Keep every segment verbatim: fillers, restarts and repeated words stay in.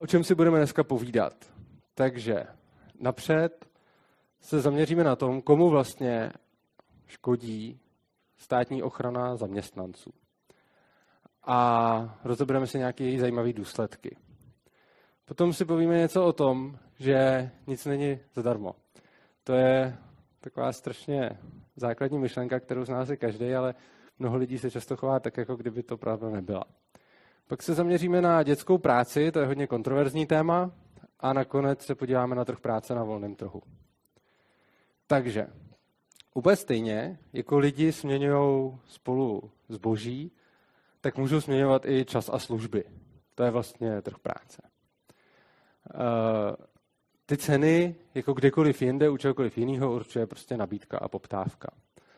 o čem si budeme dneska povídat. Takže napřed se zaměříme na tom, komu vlastně škodí státní ochrana zaměstnanců. A rozebereme si nějaké její zajímavé důsledky. Potom si povíme něco o tom, že nic není zadarmo. To je taková strašně základní myšlenka, kterou zná si každý, ale mnoho lidí se často chová tak, jako kdyby to pravda nebyla. Pak se zaměříme na dětskou práci, to je hodně kontroverzní téma, a nakonec se podíváme na trh práce na volném trhu. Takže úplně stejně, jako lidi směňují spolu zboží, tak můžou směňovat i čas a služby. To je vlastně trh práce. Ty ceny, jako kdekoliv jinde, u čehokoliv jiného, určuje prostě nabídka a poptávka.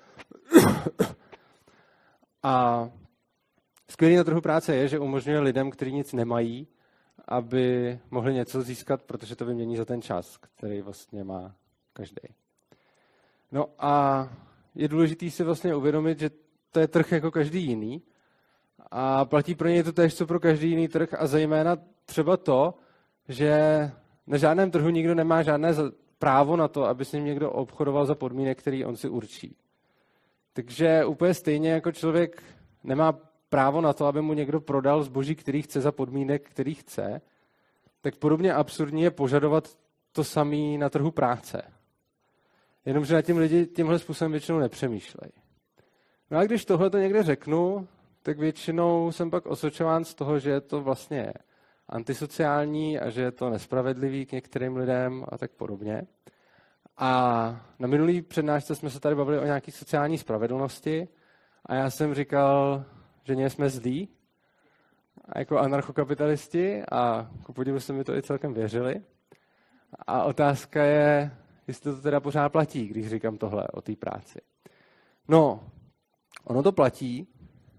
A skvělý na trhu práce je, že umožňuje lidem, kteří nic nemají, aby mohli něco získat, protože to vymění za ten čas, který vlastně má každý. No a je důležité si vlastně uvědomit, že to je trh jako každý jiný a platí pro něj to též, co pro každý jiný trh a zejména třeba to, že na žádném trhu nikdo nemá žádné právo na to, aby s ním někdo obchodoval za podmínek, který on si určí. Takže úplně stejně jako člověk nemá právo na to, aby mu někdo prodal zboží, který chce za podmínek, který chce, tak podobně absurdní je požadovat to samé na trhu práce. Jenomže na tím lidi tímhle způsobem většinou nepřemýšlejí. No a když tohle to někde řeknu, tak většinou jsem pak osočován z toho, že je to vlastně antisociální a že je to nespravedlivý k některým lidem a tak podobně. A na minulý přednášce jsme se tady bavili o nějaké sociální spravedlnosti a já jsem říkal, že nie jsme zlí a jako anarchokapitalisti a ku podivu se mi to i celkem věřili. A otázka je, jestli to teda pořád platí, když říkám tohle o té práci. No, ono to platí.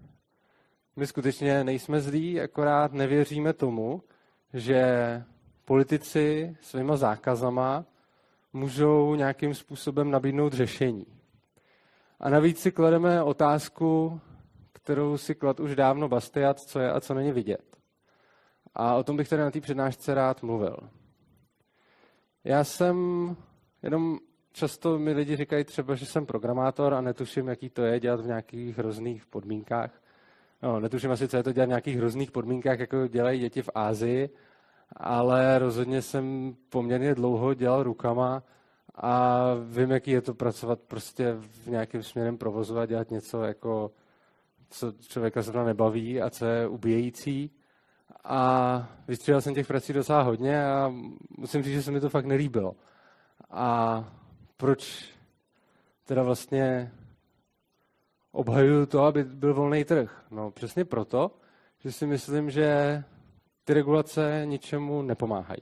My skutečně nejsme zlí, akorát nevěříme tomu, že politici svýma zákazama můžou nějakým způsobem nabídnout řešení. A navíc si klademe otázku, kterou si klad už dávno Bastiat, co je a co není vidět. A o tom bych tady na té přednášce rád mluvil. Já jsem jenom často mi lidi říkají třeba, že jsem programátor a netuším, jaký to je dělat v nějakých hrozných podmínkách. No, netuším asi, co je to dělat v nějakých hrozných podmínkách, jako dělají děti v Asii, ale rozhodně jsem poměrně dlouho dělal rukama a vím, jaký je to pracovat prostě v nějakém směrem provozu a dělat něco, jako, co člověka zrovna nebaví a co je ubíjející. A vystřídal jsem těch prací docela hodně a musím říct, že se mi to fakt nelíbilo. A proč teda vlastně obhajuju to, aby byl volný trh? No přesně proto, že si myslím, že ty regulace ničemu nepomáhají.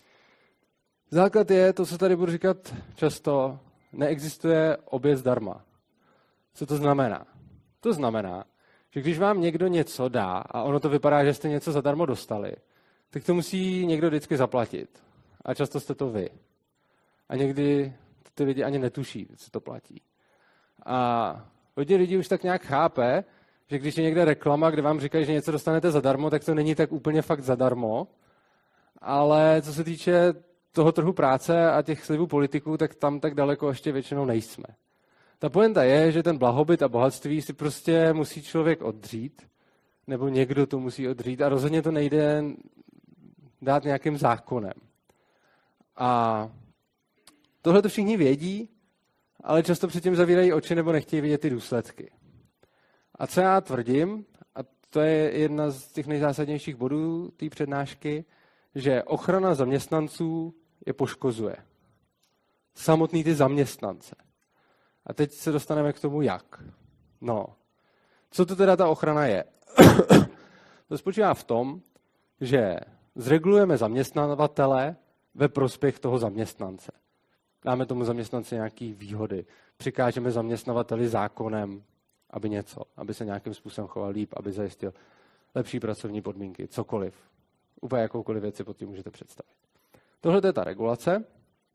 Základ je to, co tady budu říkat často, neexistuje oběd zdarma. Co to znamená? To znamená, že když vám někdo něco dá a ono to vypadá, že jste něco zadarmo dostali, tak to musí někdo vždycky zaplatit. A často jste to vy. A někdy ty lidi ani netuší, co to platí. A hodně lidí už tak nějak chápe, že když je někde reklama, kde vám říkají, že něco dostanete zadarmo, tak to není tak úplně fakt zadarmo. Ale co se týče toho trhu práce a těch slibů politiků, tak tam tak daleko ještě většinou nejsme. Ta pointa je, že ten blahobyt a bohatství si prostě musí člověk oddřít, nebo někdo to musí oddřít a rozhodně to nejde dát nějakým zákonem. A tohle to všichni vědí, ale často předtím zavírají oči nebo nechtějí vidět ty důsledky. A co já tvrdím, a to je jedna z těch nejzásadnějších bodů té přednášky, že ochrana zaměstnanců je poškozuje. Samotný ty zaměstnance. A teď se dostaneme k tomu, jak. No, co to teda ta ochrana je? To spočívá v tom, že zregulujeme zaměstnavatele ve prospěch toho zaměstnance. Dáme tomu zaměstnanci nějaké výhody. Přikážeme zaměstnavateli zákonem, aby něco, aby se nějakým způsobem choval líp, aby zajistil lepší pracovní podmínky, cokoliv. Úplně jakoukoliv věc si pod tím můžete představit. Tohle je ta regulace.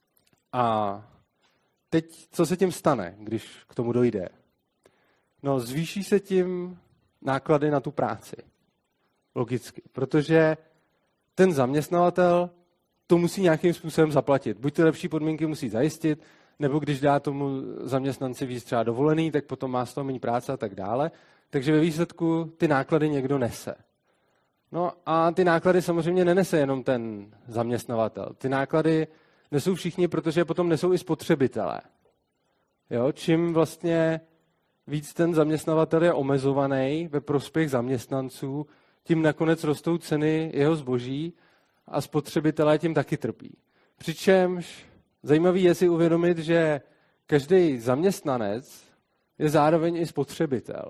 A teď, co se tím stane, když k tomu dojde? No, zvýší se tím náklady na tu práci. Logicky. Protože ten zaměstnavatel to musí nějakým způsobem zaplatit. Buď ty lepší podmínky musí zajistit, nebo když dá tomu zaměstnanci víc třeba dovolený, tak potom má z toho méně práce a tak dále. Takže ve výsledku ty náklady někdo nese. No a ty náklady samozřejmě nenese jenom ten zaměstnavatel. Ty náklady nesou všichni, protože potom nesou i spotřebitelé. Jo? Čím vlastně víc ten zaměstnavatel je omezovaný ve prospěch zaměstnanců, tím nakonec rostou ceny jeho zboží a spotřebitelé tím taky trpí. Přičemž zajímavý je si uvědomit, že každý zaměstnanec je zároveň i spotřebitel.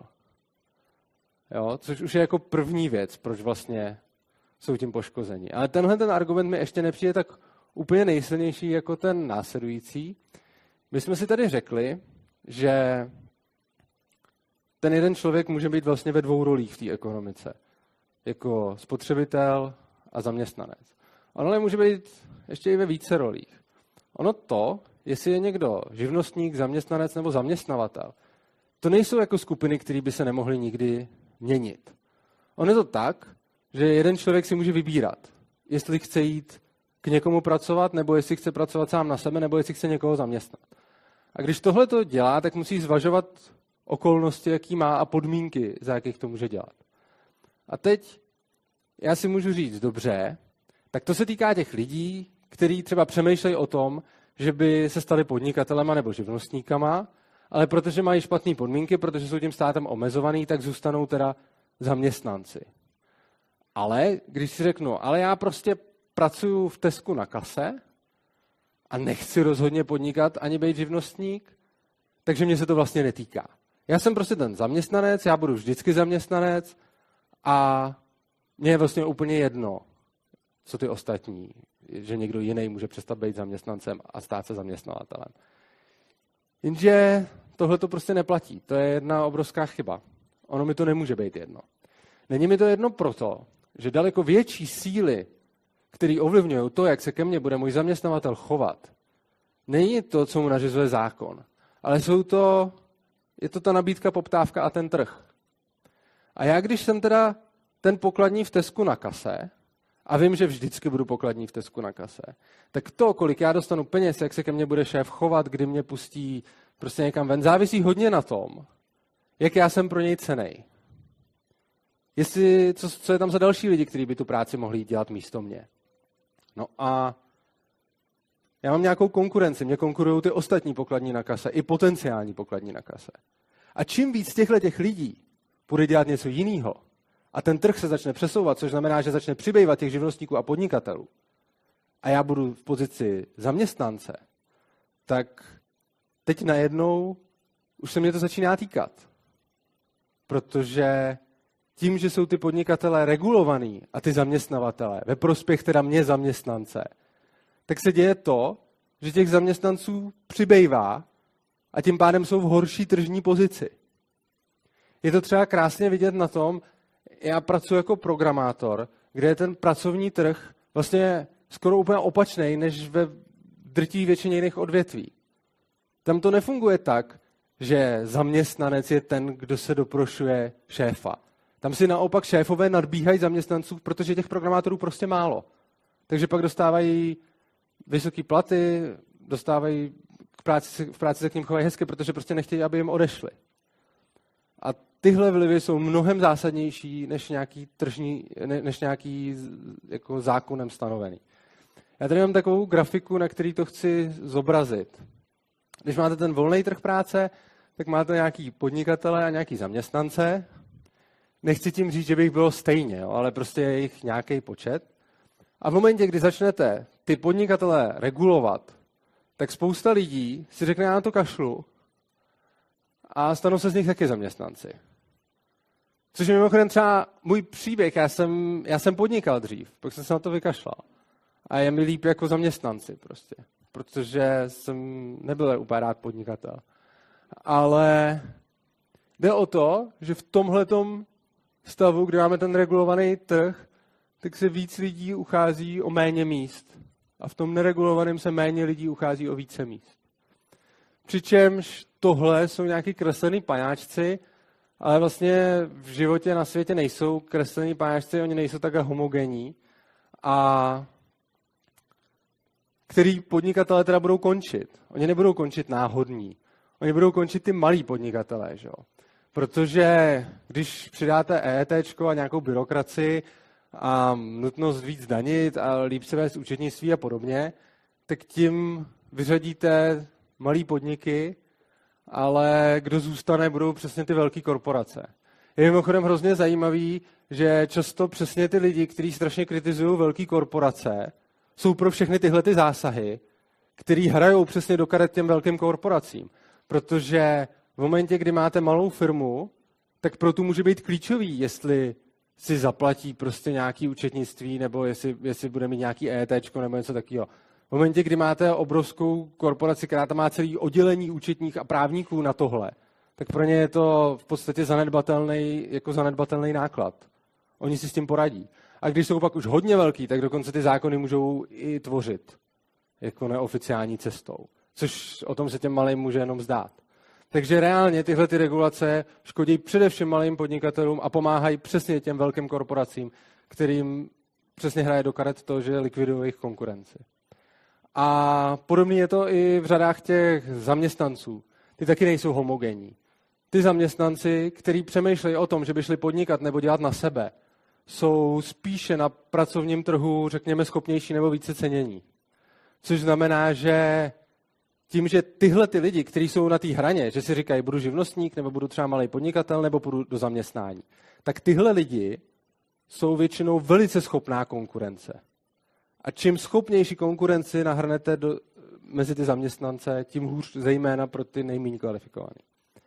Jo? Což už je jako první věc, proč vlastně jsou tím poškozeni. Ale tenhle ten argument mi ještě nepřijde tak úplně nejsilnější jako ten následující. My jsme si tady řekli, že ten jeden člověk může být vlastně ve dvou rolích v té ekonomice. Jako spotřebitel a zaměstnanec. On ale může být ještě i ve více rolích. Ono to, jestli je někdo živnostník, zaměstnanec nebo zaměstnavatel, to nejsou jako skupiny, které by se nemohly nikdy měnit. On je to tak, že jeden člověk si může vybírat, jestli chce jít k někomu pracovat, nebo jestli chce pracovat sám na sebe, nebo jestli chce někoho zaměstnat. A když tohle to dělá, tak musí zvažovat okolnosti, jaký má a podmínky, za jakých to může dělat. A teď já si můžu říct, dobře, tak to se týká těch lidí, kteří třeba přemýšlejí o tom, že by se stali podnikatelema nebo živnostníkama, ale protože mají špatné podmínky, protože jsou tím státem omezovaný, tak zůstanou teda zaměstnanci. Ale když si řeknu, ale já prostě pracuji v Tesku na kase a nechci rozhodně podnikat ani být živnostník, takže mě se to vlastně netýká. Já jsem prostě ten zaměstnanec, já budu vždycky zaměstnanec a mně je vlastně úplně jedno, co ty ostatní, že někdo jiný může přestat být zaměstnancem a stát se zaměstnavatelem. Jenže tohle to prostě neplatí. To je jedna obrovská chyba. Ono mi to nemůže být jedno. Není mi to jedno proto, že daleko větší síly, které ovlivňují to, jak se ke mně bude můj zaměstnavatel chovat, není to, co mu nařizuje zákon, ale jsou to, je to ta nabídka, poptávka a ten trh. A já, když jsem teda ten pokladní v Tesku na kase, a vím, že vždycky budu pokladní v Tesku na kase, tak to, kolik já dostanu peněz, jak se ke mně bude šéf chovat, kdy mě pustí prostě někam ven, závisí hodně na tom, jak já jsem pro něj cennej. Jestli, co, co je tam za další lidi, kteří by tu práci mohli dělat místo mě. No a já mám nějakou konkurenci, mě konkurují ty ostatní pokladní na kase, i potenciální pokladní na kase. A čím víc těchto těch lidí bude dělat něco jiného, a ten trh se začne přesouvat, což znamená, že začne přibývat těch živnostníků a podnikatelů, a já budu v pozici zaměstnance, tak teď najednou už se mě to začíná týkat. Protože tím, že jsou ty podnikatelé regulovaní a ty zaměstnavatelé ve prospěch teda mě zaměstnance, tak se děje to, že těch zaměstnanců přibývá a tím pádem jsou v horší tržní pozici. Je to třeba krásně vidět na tom, já pracuji jako programátor, kde je ten pracovní trh vlastně skoro úplně opačný, než ve drtí většině jiných odvětví. Tam to nefunguje tak, že zaměstnanec je ten, kdo se doprošuje šéfa. Tam si naopak šéfové nadbíhají zaměstnanců, protože těch programátorů prostě málo. Takže pak dostávají vysoké platy, dostávají k práci, v práci se k ním chovají hezky, protože prostě nechtějí, aby jim odešli. A tyhle vlivy jsou mnohem zásadnější než nějaký tržní, ne, než nějaký jako zákonem stanovený. Já tady mám takovou grafiku, na který to chci zobrazit. Když máte ten volný trh práce, tak máte nějaký podnikatele a nějaký zaměstnance. Nechci tím říct, že by jich bylo stejně, jo, ale prostě je jich nějaký počet. A v momentě, kdy začnete ty podnikatele regulovat, tak spousta lidí si řekne, já na to kašlu a stanou se z nich taky zaměstnanci. Což je mimochodem třeba můj příběh. Já jsem, já jsem podnikal dřív, pak jsem se na to vykašlal. A je mi líp jako zaměstnanci prostě, protože jsem nebyl úplně rád podnikatel. Ale jde o to, že v tomhletom stavu, kde máme ten regulovaný trh, tak se víc lidí uchází o méně míst. A v tom neregulovaném se méně lidí uchází o více míst. Přičemž tohle jsou nějaký kreslený pajáčci, ale vlastně v životě na světě nejsou kreslený pajáčci, oni nejsou takhle homogenní. a který podnikatelé teda budou končit. Oni nebudou končit náhodní. Oni budou končit ty malí podnikatelé, že jo? Protože když přidáte EETčko a nějakou byrokracii a nutnost víc danit a líp se vést účetnictví a podobně, tak tím vyřadíte malý podniky, ale kdo zůstane, budou přesně ty velké korporace. Je mimochodem hrozně zajímavý, že často přesně ty lidi, kteří strašně kritizují velké korporace, jsou pro všechny tyhle ty zásahy, který hrajou přesně do karet těm velkým korporacím. Protože v momentě, kdy máte malou firmu, tak pro tu může být klíčový, jestli si zaplatí prostě nějaký účetnictví, nebo jestli, jestli bude mít nějaký EETčko, nebo něco takového. V momentě, kdy máte obrovskou korporaci, která tam má celý oddělení účetních a právníků na tohle, tak pro ně je to v podstatě zanedbatelný, jako zanedbatelný náklad. Oni si s tím poradí. A když jsou pak už hodně velký, tak dokonce ty zákony můžou i tvořit jako neoficiální cestou. Což o tom se těm malým může jenom zdát. Takže reálně tyhle ty regulace škodí především malým podnikatelům a pomáhají přesně těm velkým korporacím, kterým přesně hraje do karet to, že likvidují jejich konkurenci. A podobně je to i v řadách těch zaměstnanců. Ty taky nejsou homogenní. Ty zaměstnanci, kteří přemýšlejí o tom, že by šli podnikat nebo dělat na sebe, jsou spíše na pracovním trhu, řekněme, schopnější nebo více cenění. Což znamená, že tím, že tyhle ty lidi, kteří jsou na té hraně, že si říkají, budu živnostník, nebo budu třeba malý podnikatel, nebo budu do zaměstnání, tak tyhle lidi jsou většinou velice schopná konkurence. A čím schopnější konkurenci nahrnete do, mezi ty zaměstnance, tím hůř zejména pro ty nejméně kvalifikované.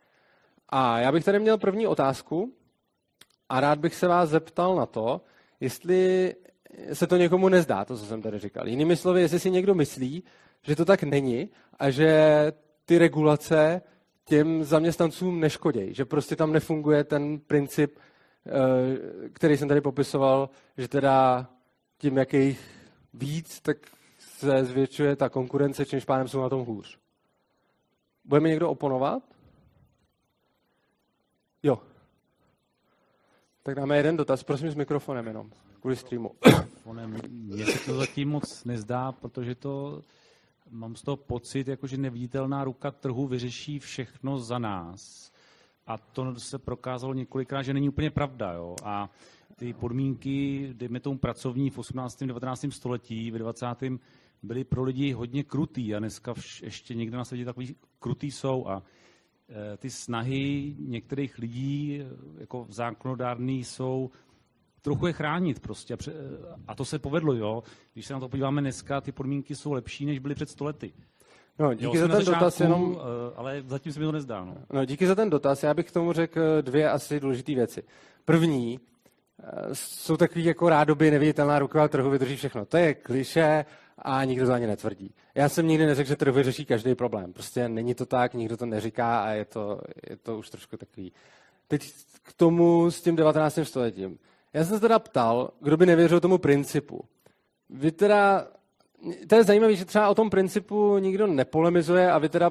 A já bych tady měl první otázku a rád bych se vás zeptal na to, jestli se to někomu nezdá, to, co jsem tady říkal. Jinými slovy, jestli si někdo myslí, že to tak není a že ty regulace těm zaměstnancům neškodějí, že prostě tam nefunguje ten princip, který jsem tady popisoval, že teda tím, jak je jich víc, tak se zvětšuje ta konkurence, čímž pádem jsou na tom hůř. Bude mi někdo oponovat? Jo. Tak dáme jeden dotaz, prosím s mikrofonem jenom, kvůli streamu. Mně se to zatím moc nezdá, protože to mám z toho pocit, jako že neviditelná ruka trhu vyřeší všechno za nás. A to se prokázalo několikrát, že není úplně pravda. Jo? A ty podmínky, dejme tomu pracovní v osmnáctém devatenáctém století, ve dvacátém byly pro lidi hodně krutý a dneska vš- ještě někde na světě takový krutý jsou. A e, ty snahy některých lidí jako zákonodárný jsou trochu je chránit prostě. A to se povedlo, jo. Když se na to podíváme dneska, ty podmínky jsou lepší, než byly před sto lety. No, díky jo, za ten začátku, dotaz jenom... Ale zatím se mi to nezdá. No. no, díky za ten dotaz. Já bych k tomu řekl dvě asi důležité věci. První, jsou takový jako rádoby neviditelná ruka trhu vydrží všechno. To je klišé a nikdo to ani netvrdí. Já jsem nikdy neřekl, že trh vyřeší každý problém. Prostě není to tak, nikdo to neříká a je to, je to už trošku takový. Teď k tomu s tím devatenáctým stoletím. Já jsem se teda ptal, kdo by nevěřil tomu principu. Vy teda, to je zajímavé, že třeba o tom principu nikdo nepolemizuje a vy teda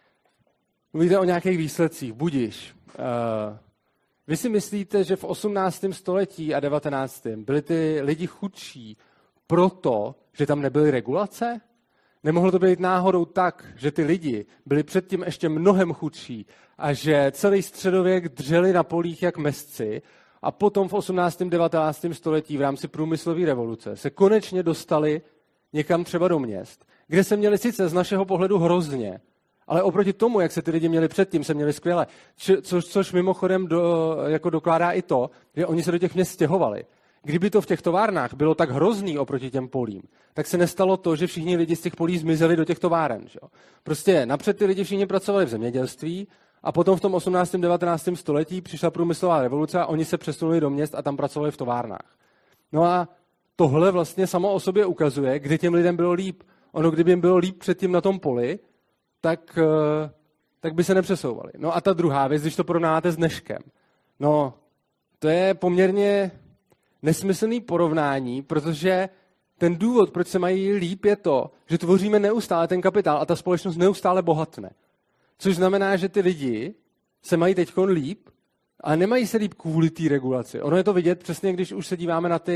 mluvíte o nějakých výsledcích. Budiš. Uh, vy si myslíte, že v osmnáctém století a devatenáctém byli ty lidi chudší proto, že tam nebyly regulace? Nemohlo to být náhodou tak, že ty lidi byli předtím ještě mnohem chudší a že celý středověk dřeli na polích jak mezci a potom v osmnáctém devatenáctém století v rámci průmyslové revoluce se konečně dostali někam třeba do měst, kde se měli sice z našeho pohledu hrozně, ale oproti tomu, jak se ty lidi měli předtím, se měli skvěle. Co, což mimochodem do, jako dokládá i to, že oni se do těch měst stěhovali. Kdyby to v těch továrnách bylo tak hrozný oproti těm polím, tak se nestalo to, že všichni lidi z těch polí zmizeli do těch továren. Že? Prostě napřed ty lidi všichni pracovali v zemědělství a potom v tom osmnáctém devatenáctém století přišla průmyslová revoluce a oni se přesunuli do měst a tam pracovali v továrnách. No a tohle vlastně samo o sobě ukazuje, kde těm lidem bylo líp. Ono, kdyby jim bylo líp předtím na tom poli, tak, tak by se nepřesouvali. No a ta druhá věc, když to porovnáte s dneškem. No, to je poměrně nesmyslný porovnání, protože ten důvod, proč se mají líp, je to, že tvoříme neustále ten kapitál a ta společnost neustále bohatne. Což znamená, že ty lidi se mají teďkon líp, ale nemají se líp kvůli té regulaci. Ono je to vidět přesně, když už se díváme na ty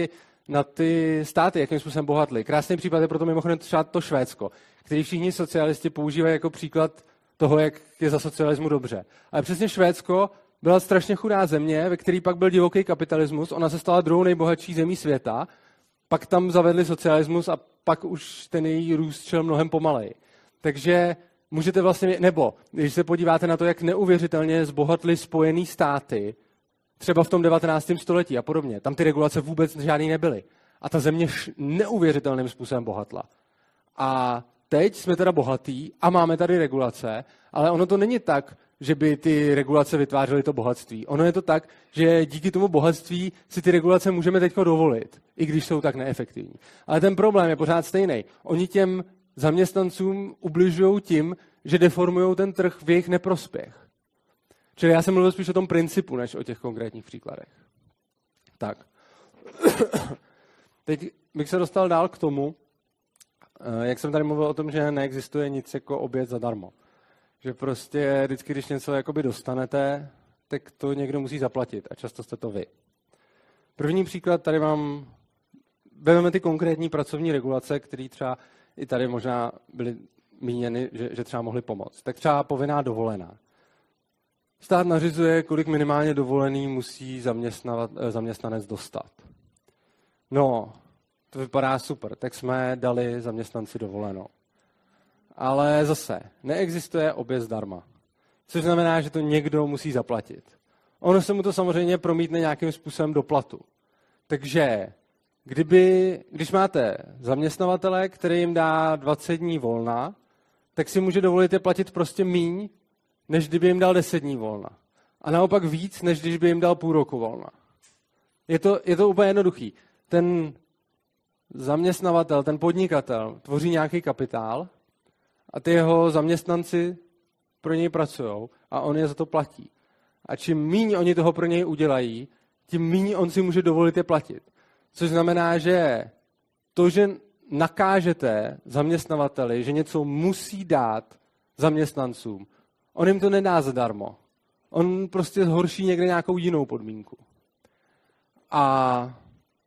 na ty státy, jakým způsobem bohatly. Krásný případ je proto mimochodem třeba to Švédsko, který všichni socialisti používají jako příklad toho, jak je za socialismu dobře. Ale přesně Švédsko byla strašně chudá země, ve které pak byl divoký kapitalismus, ona se stala druhou nejbohatší zemí světa, pak tam zavedli socialismus a pak už ten její růst šel mnohem pomaleji. Takže můžete vlastně, nebo když se podíváte na to, jak neuvěřitelně zbohatly Spojené státy, třeba v tom devatenáctém století a podobně, tam ty regulace vůbec žádný nebyly. A ta země neuvěřitelným způsobem bohatla. A teď jsme teda bohatí a máme tady regulace, ale ono to není tak, že by ty regulace vytvářely to bohatství. Ono je to tak, že díky tomu bohatství si ty regulace můžeme teď dovolit, i když jsou tak neefektivní. Ale ten problém je pořád stejný. Oni těm zaměstnancům ubližují tím, že deformují ten trh v jejich neprospěch. Čili já jsem mluvil spíš o tom principu, než o těch konkrétních příkladech. Tak. Teď bych se dostal dál k tomu, jak jsem tady mluvil o tom, že neexistuje nic jako oběd zadarmo. Že prostě vždycky, když něco jakoby dostanete, tak to někdo musí zaplatit a často jste to vy. První příklad tady mám, vezmeme ty konkrétní pracovní regulace, které třeba i tady možná byly míněny, že, že třeba mohly pomoct. Tak třeba povinná dovolená. Stát nařizuje, kolik minimálně dovolený musí zaměstnanec dostat. No, to vypadá super, tak jsme dali zaměstnanci dovolenou. Ale zase, neexistuje oběd zdarma. Což znamená, že to někdo musí zaplatit. Ono se mu to samozřejmě promítne nějakým způsobem do platu. Takže kdyby, když máte zaměstnavatele, který jim dá dvacet dní volna, tak si může dovolit je platit prostě míň, než kdyby jim dal deset dní volna. A naopak víc, než když by jim dal půl roku volna. Je to, je to úplně jednoduchý. Ten zaměstnavatel, ten podnikatel tvoří nějaký kapitál a ty jeho zaměstnanci pro něj pracují a on je za to platí. A čím míň oni toho pro něj udělají, tím míň on si může dovolit je platit. Což znamená, že to, že nakážete zaměstnavateli, že něco musí dát zaměstnancům, on jim to nedá zadarmo. On prostě zhorší někde nějakou jinou podmínku. A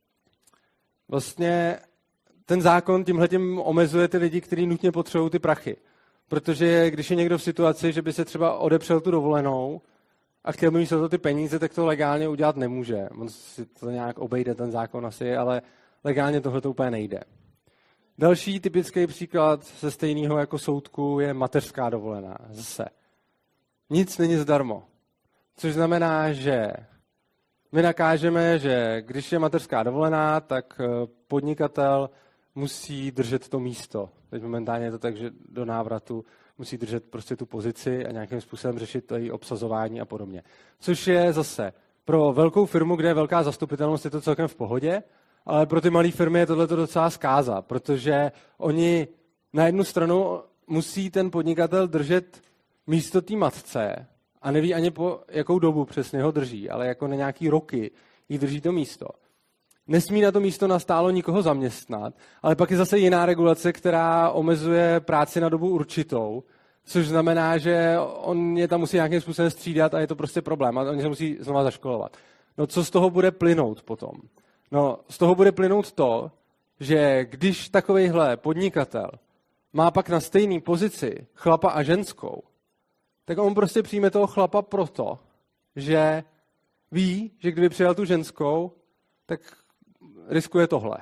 vlastně ten zákon tímhletím omezuje ty lidi, kteří nutně potřebují ty prachy. Protože když je někdo v situaci, že by se třeba odepřel tu dovolenou a chtěl by mít za to ty peníze, tak to legálně udělat nemůže. On si to nějak obejde, ten zákon asi, ale legálně tohle to úplně nejde. Další typický příklad ze stejného jako soudku je mateřská dovolená. Zase. Nic není zdarmo. Což znamená, že my nakážeme, že když je mateřská dovolená, tak podnikatel musí držet to místo. Teď momentálně je to tak, že do návratu musí držet prostě tu pozici a nějakým způsobem řešit to její obsazování a podobně. Což je zase pro velkou firmu, kde je velká zastupitelnost, je to celkem v pohodě, ale pro ty malé firmy je tohle docela zkáza, protože oni na jednu stranu musí ten podnikatel držet místo té matce a neví ani po jakou dobu přesně ho drží, ale jako na nějaký roky jí drží to místo. Nesmí na to místo nastálo nikoho zaměstnat, ale pak je zase jiná regulace, která omezuje práci na dobu určitou, což znamená, že on je tam musí nějakým způsobem střídat a je to prostě problém a oni se musí znova zaškolovat. No co z toho bude plynout potom? No z toho bude plynout to, že když takovejhle podnikatel má pak na stejné pozici chlapa a ženskou, tak on prostě přijme toho chlapa proto, že ví, že kdyby přijal tu ženskou, tak riskuje tohle.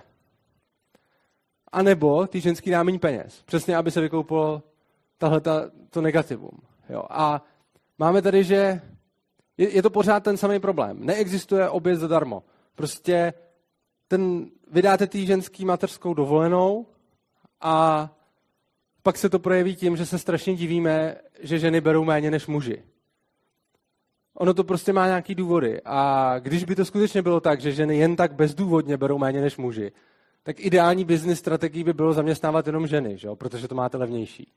A nebo ty ženský dá méně peněz. Přesně, aby se vykoupilo tahle to negativum. Jo. A máme tady, že je, je to pořád ten samý problém. Neexistuje oběd zadarmo. Prostě ten, vydáte tý ženský mateřskou dovolenou a pak se to projeví tím, že se strašně divíme, že ženy berou méně než muži. Ono to prostě má nějaký důvody. A když by to skutečně bylo tak, že ženy jen tak bezdůvodně berou méně než muži, tak ideální business strategií by bylo zaměstnávat jenom ženy, že jo? Protože to máte levnější.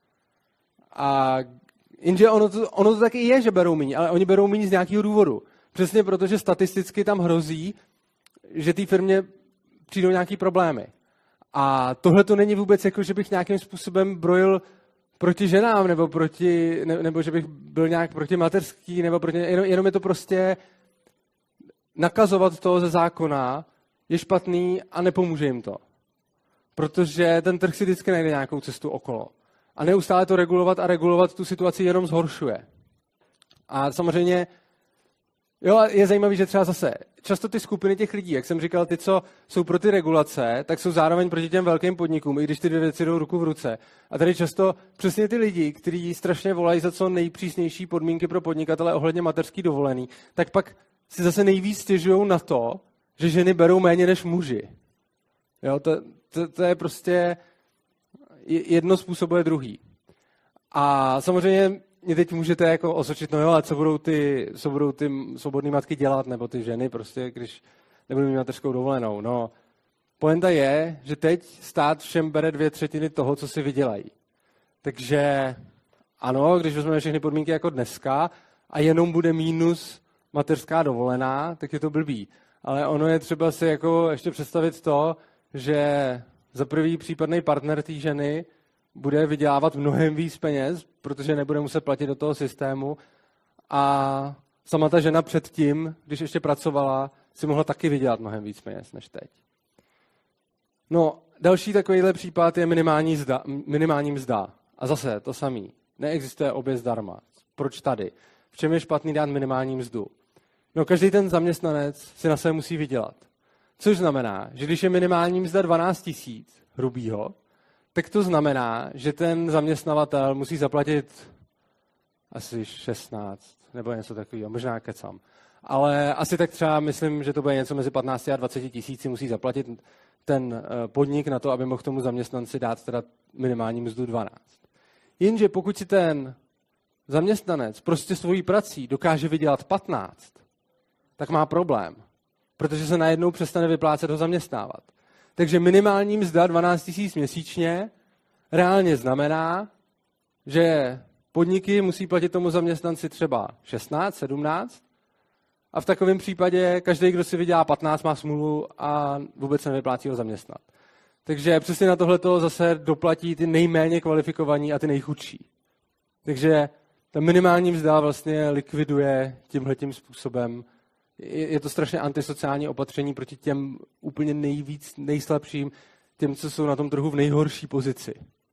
A jenže ono to, ono to taky je, že berou méně, ale oni berou méně z nějakého důvodu. Přesně proto, že statisticky tam hrozí, že té firmě přijdou nějaký problémy. A tohle to není vůbec jako, že bych nějakým způsobem brojil proti ženám, nebo, proti, ne, nebo že bych byl nějak proti mateřský, nebo proti, jenom, jenom je to prostě nakazovat to ze zákona je špatný a nepomůže jim to. Protože ten trh si vždycky najde nějakou cestu okolo. A neustále to regulovat a regulovat tu situaci jenom zhoršuje. A samozřejmě jo, je zajímavé, že třeba zase často ty skupiny těch lidí, jak jsem říkal, ty, co jsou pro ty regulace, tak jsou zároveň proti těm velkým podnikům, i když ty dvě věci jdou ruku v ruce. A tady často přesně ty lidi, kteří strašně volají za co nejpřísnější podmínky pro podnikatele ohledně mateřský dovolený, tak pak si zase nejvíc stěžují na to, že ženy berou méně než muži. Jo, to, to, to je prostě jedno způsobuje druhý. A samozřejmě mě teď můžete jako osočit, no jo, a co budou ty, co budou ty svobodné matky dělat, nebo ty ženy prostě, když nebudou mít mateřskou dovolenou. No, pointa je, že teď stát všem bere dvě třetiny toho, co si vydělají. Takže ano, když vezmeme všechny podmínky jako dneska a jenom bude mínus mateřská dovolená, tak je to blbý. Ale ono je třeba si jako ještě představit to, že za prvý případný partner té ženy bude vydělávat mnohem víc peněz, protože nebude muset platit do toho systému a sama ta žena předtím, když ještě pracovala, si mohla taky vydělat mnohem víc peněz než teď. No, další takovýhle případ je minimální mzda. Minimální mzda. A zase to samý. Neexistuje obě zdarma. Proč tady? V čem je špatný dát minimální mzdu? No, každý ten zaměstnanec si na sebe musí vydělat. Což znamená, že když je minimální mzda dvanáct tisíc hrubýho, tak to znamená, že ten zaměstnavatel musí zaplatit asi šestnáct nebo něco takového, možná kecam. Ale asi tak třeba myslím, že to bude něco mezi patnáct a dvacet tisíci musí zaplatit ten podnik na to, aby mohl tomu zaměstnanci dát teda minimální mzdu dvanáct. Jenže pokud si ten zaměstnanec prostě svojí prací dokáže vydělat patnáct, tak má problém, protože se najednou přestane vyplácet ho zaměstnávat. Takže minimální mzda dvanáct tisíc měsíčně reálně znamená, že podniky musí platit tomu zaměstnanci třeba šestnáct, sedmnáct a v takovém případě každý, kdo si vydělá patnáct, má smůlu a vůbec se nevyplácí ho zaměstnat. Takže přesně na tohleto zase doplatí ty nejméně kvalifikovaní a ty nejchudší. Takže ta minimální mzda vlastně likviduje tímhletím způsobem. Je to strašně antisociální opatření proti těm úplně nejvíc, nejslabším, těm, co jsou na tom trhu v nejhorší pozici.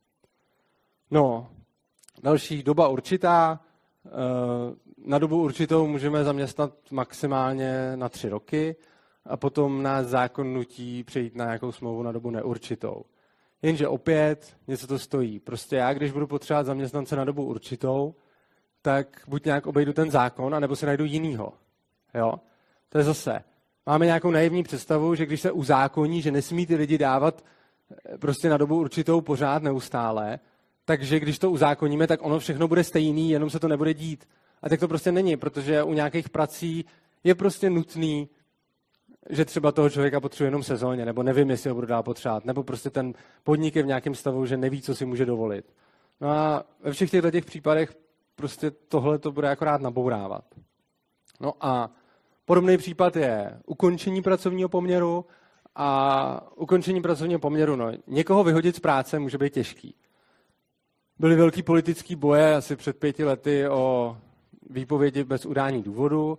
No, další doba určitá. Na dobu určitou můžeme zaměstnat maximálně na tři roky a potom nás zákon nutí přejít na nějakou smlouvu na dobu neurčitou. Jenže opět něco to stojí. Prostě já, když budu potřebovat zaměstnance na dobu určitou, tak buď nějak obejdu ten zákon, anebo si najdu jinýho. Jo? To je zase. Máme nějakou naivní představu, že když se uzákoní, že nesmí ty lidi dávat prostě na dobu určitou pořád neustále, takže když to uzákoníme, tak ono všechno bude stejný, jenom se to nebude dít. A tak to prostě není, protože u nějakých prací je prostě nutný, že třeba toho člověka potřebuje jenom sezóně, nebo nevím, jestli ho budu dál potřebovat, nebo prostě ten podnik je v nějakém stavu, že neví, co si může dovolit. No a ve všech těchto těch případech prostě tohle to bude akorát nabourávat. No a podobný případ je ukončení pracovního poměru a ukončení pracovního poměru, no, někoho vyhodit z práce může být těžký. Byly velký politický boje asi před pěti lety o výpovědi bez udání důvodu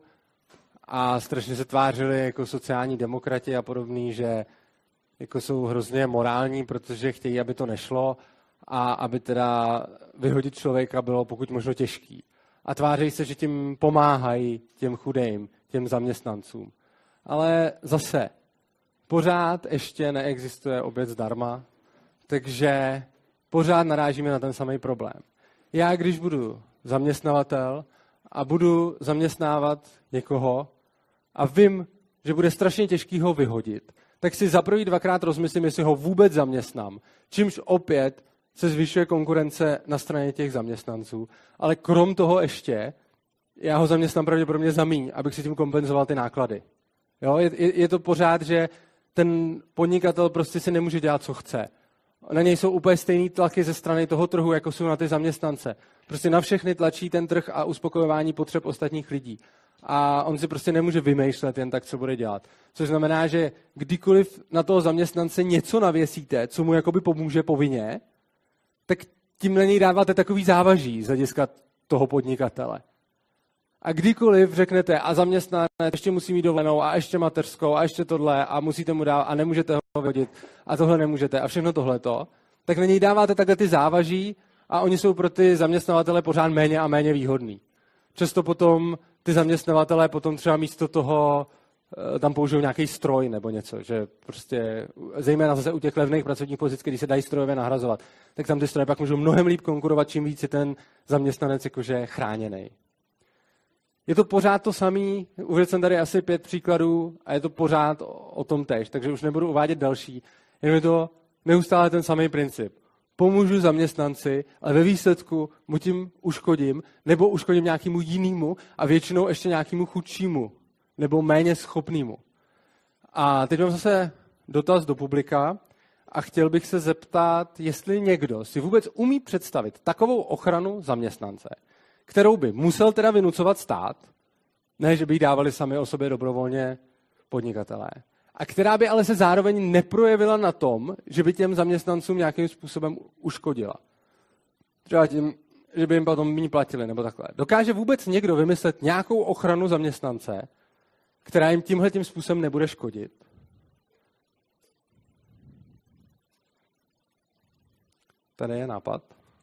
a strašně se tvářili jako sociální demokrati a podobný, že jako jsou hrozně morální, protože chtějí, aby to nešlo a aby teda vyhodit člověka bylo pokud možno těžký. A tváří se, že tím pomáhají těm chudým, těm zaměstnancům. Ale zase, pořád ještě neexistuje oběd zdarma, takže pořád narážíme na ten samý problém. Já, když budu zaměstnavatel a budu zaměstnávat někoho a vím, že bude strašně těžký ho vyhodit, tak si za první dvakrát rozmyslím, jestli ho vůbec zaměstnám. Čímž opět se zvyšuje konkurence na straně těch zaměstnanců. Ale krom toho ještě, já ho zaměstnám pravděpodobně za míň, abych si tím kompenzoval ty náklady. Jo? Je, je, je to pořád, že ten podnikatel prostě si nemůže dělat, co chce. Na něj jsou úplně stejný tlaky ze strany toho trhu, jako jsou na ty zaměstnance. Prostě na všechny tlačí ten trh a uspokojování potřeb ostatních lidí. A on si prostě nemůže vymýšlet jen tak, co bude dělat. Což znamená, že kdykoliv na toho zaměstnance něco navěsíte, co mu jakoby pomůže povinně, tak tím na něj dáváte takový závaží z hlediska toho podnikatele. A kdykoliv řeknete a zaměstnanec ještě musí mít dovolenou a ještě mateřskou a ještě tohle a musíte mu dát a nemůžete ho vyhodit a tohle nemůžete a všechno tohleto, tak na něj dáváte takhle ty závaží a oni jsou pro ty zaměstnavatele pořád méně a méně výhodný. Často potom ty zaměstnavatele potom třeba místo toho tam použijou nějaký stroj nebo něco, že prostě zejména zase u těch levných pracovních pozic, když se dají strojově nahrazovat, tak tam ty stroje pak můžou mnohem líp konkurovat, čím víc je ten zaměstnanec jakože chráněný. Je to pořád to samý, uvedl jsem tady asi pět příkladů a je to pořád o tom též, takže už nebudu uvádět další, jenom je to neustále ten samý princip. Pomůžu zaměstnanci, ale ve výsledku mu tím uškodím, nebo uškodím nějakému jinému a většinou ještě nějakému chudšímu, nebo méně schopnému. A teď mám zase dotaz do publika a chtěl bych se zeptat, jestli někdo si vůbec umí představit takovou ochranu zaměstnance, kterou by musel teda vynucovat stát, ne, že by ji dávali sami o sobě dobrovolně podnikatelé, a která by ale se zároveň neprojevila na tom, že by těm zaměstnancům nějakým způsobem uškodila. Třeba tím, že by jim potom méně platili, nebo takhle. Dokáže vůbec někdo vymyslet nějakou ochranu zaměstnance, která jim tímhletím způsobem nebude škodit? Tady je nápad.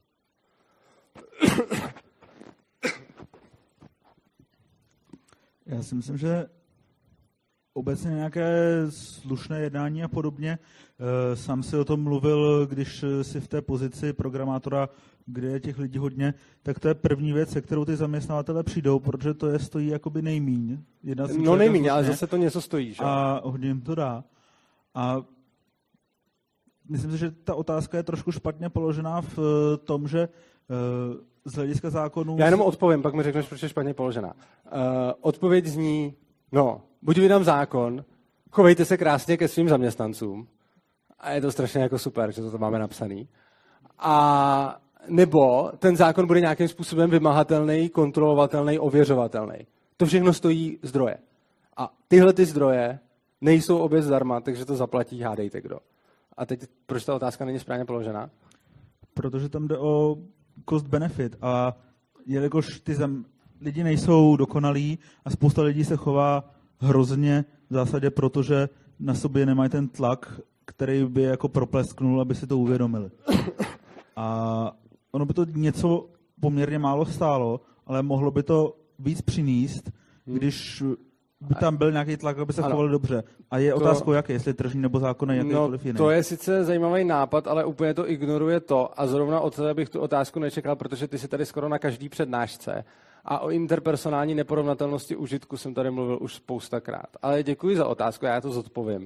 Já si myslím, že obecně nějaké slušné jednání a podobně. Sám si o tom mluvil, když si v té pozici programátora, kde je těch lidí hodně, tak to je první věc, se kterou ty zaměstnavatele přijdou, protože to je stojí jakoby nejmíň. No nejmíň, ale zase to něco stojí. Že? A hodně jim to dá. A myslím si, že ta otázka je trošku špatně položená v tom, že z hlediska zákonů... Já jenom odpovím, pak mi řekneš, proč je špatně položená. Uh, odpověď zní, no, buď vydám zákon, chovejte se krásně ke svým zaměstnancům, a je to strašně jako super, že to máme napsaný, a nebo ten zákon bude nějakým způsobem vymahatelný, kontrolovatelný, ověřovatelný. To všechno stojí zdroje. A tyhle ty zdroje nejsou obě zdarma, takže to zaplatí, hádejte kdo. A teď, proč ta otázka není správně položená? Protože tam jde o cost benefit a jelikož ty zam... lidi nejsou dokonalí a spousta lidí se chová hrozně v zásadě, protože na sobě nemají ten tlak, který by jako proplesknul, aby si to uvědomili. A ono by to něco poměrně málo stálo, ale mohlo by to víc přinést, když by tam byl nějaký tlak, aby se chovali dobře. A je to... otázkou, jaký, jestli tržní nebo zákonný, jakýkoliv no, jiný. To je sice zajímavý nápad, ale úplně to ignoruje to. A zrovna od tebe bych tu otázku nečekal, protože ty jsi tady skoro na každý přednášce. A o interpersonální neporovnatelnosti užitku jsem tady mluvil už spoustakrát. Ale děkuji za otázku, já to zodpovím. Uh,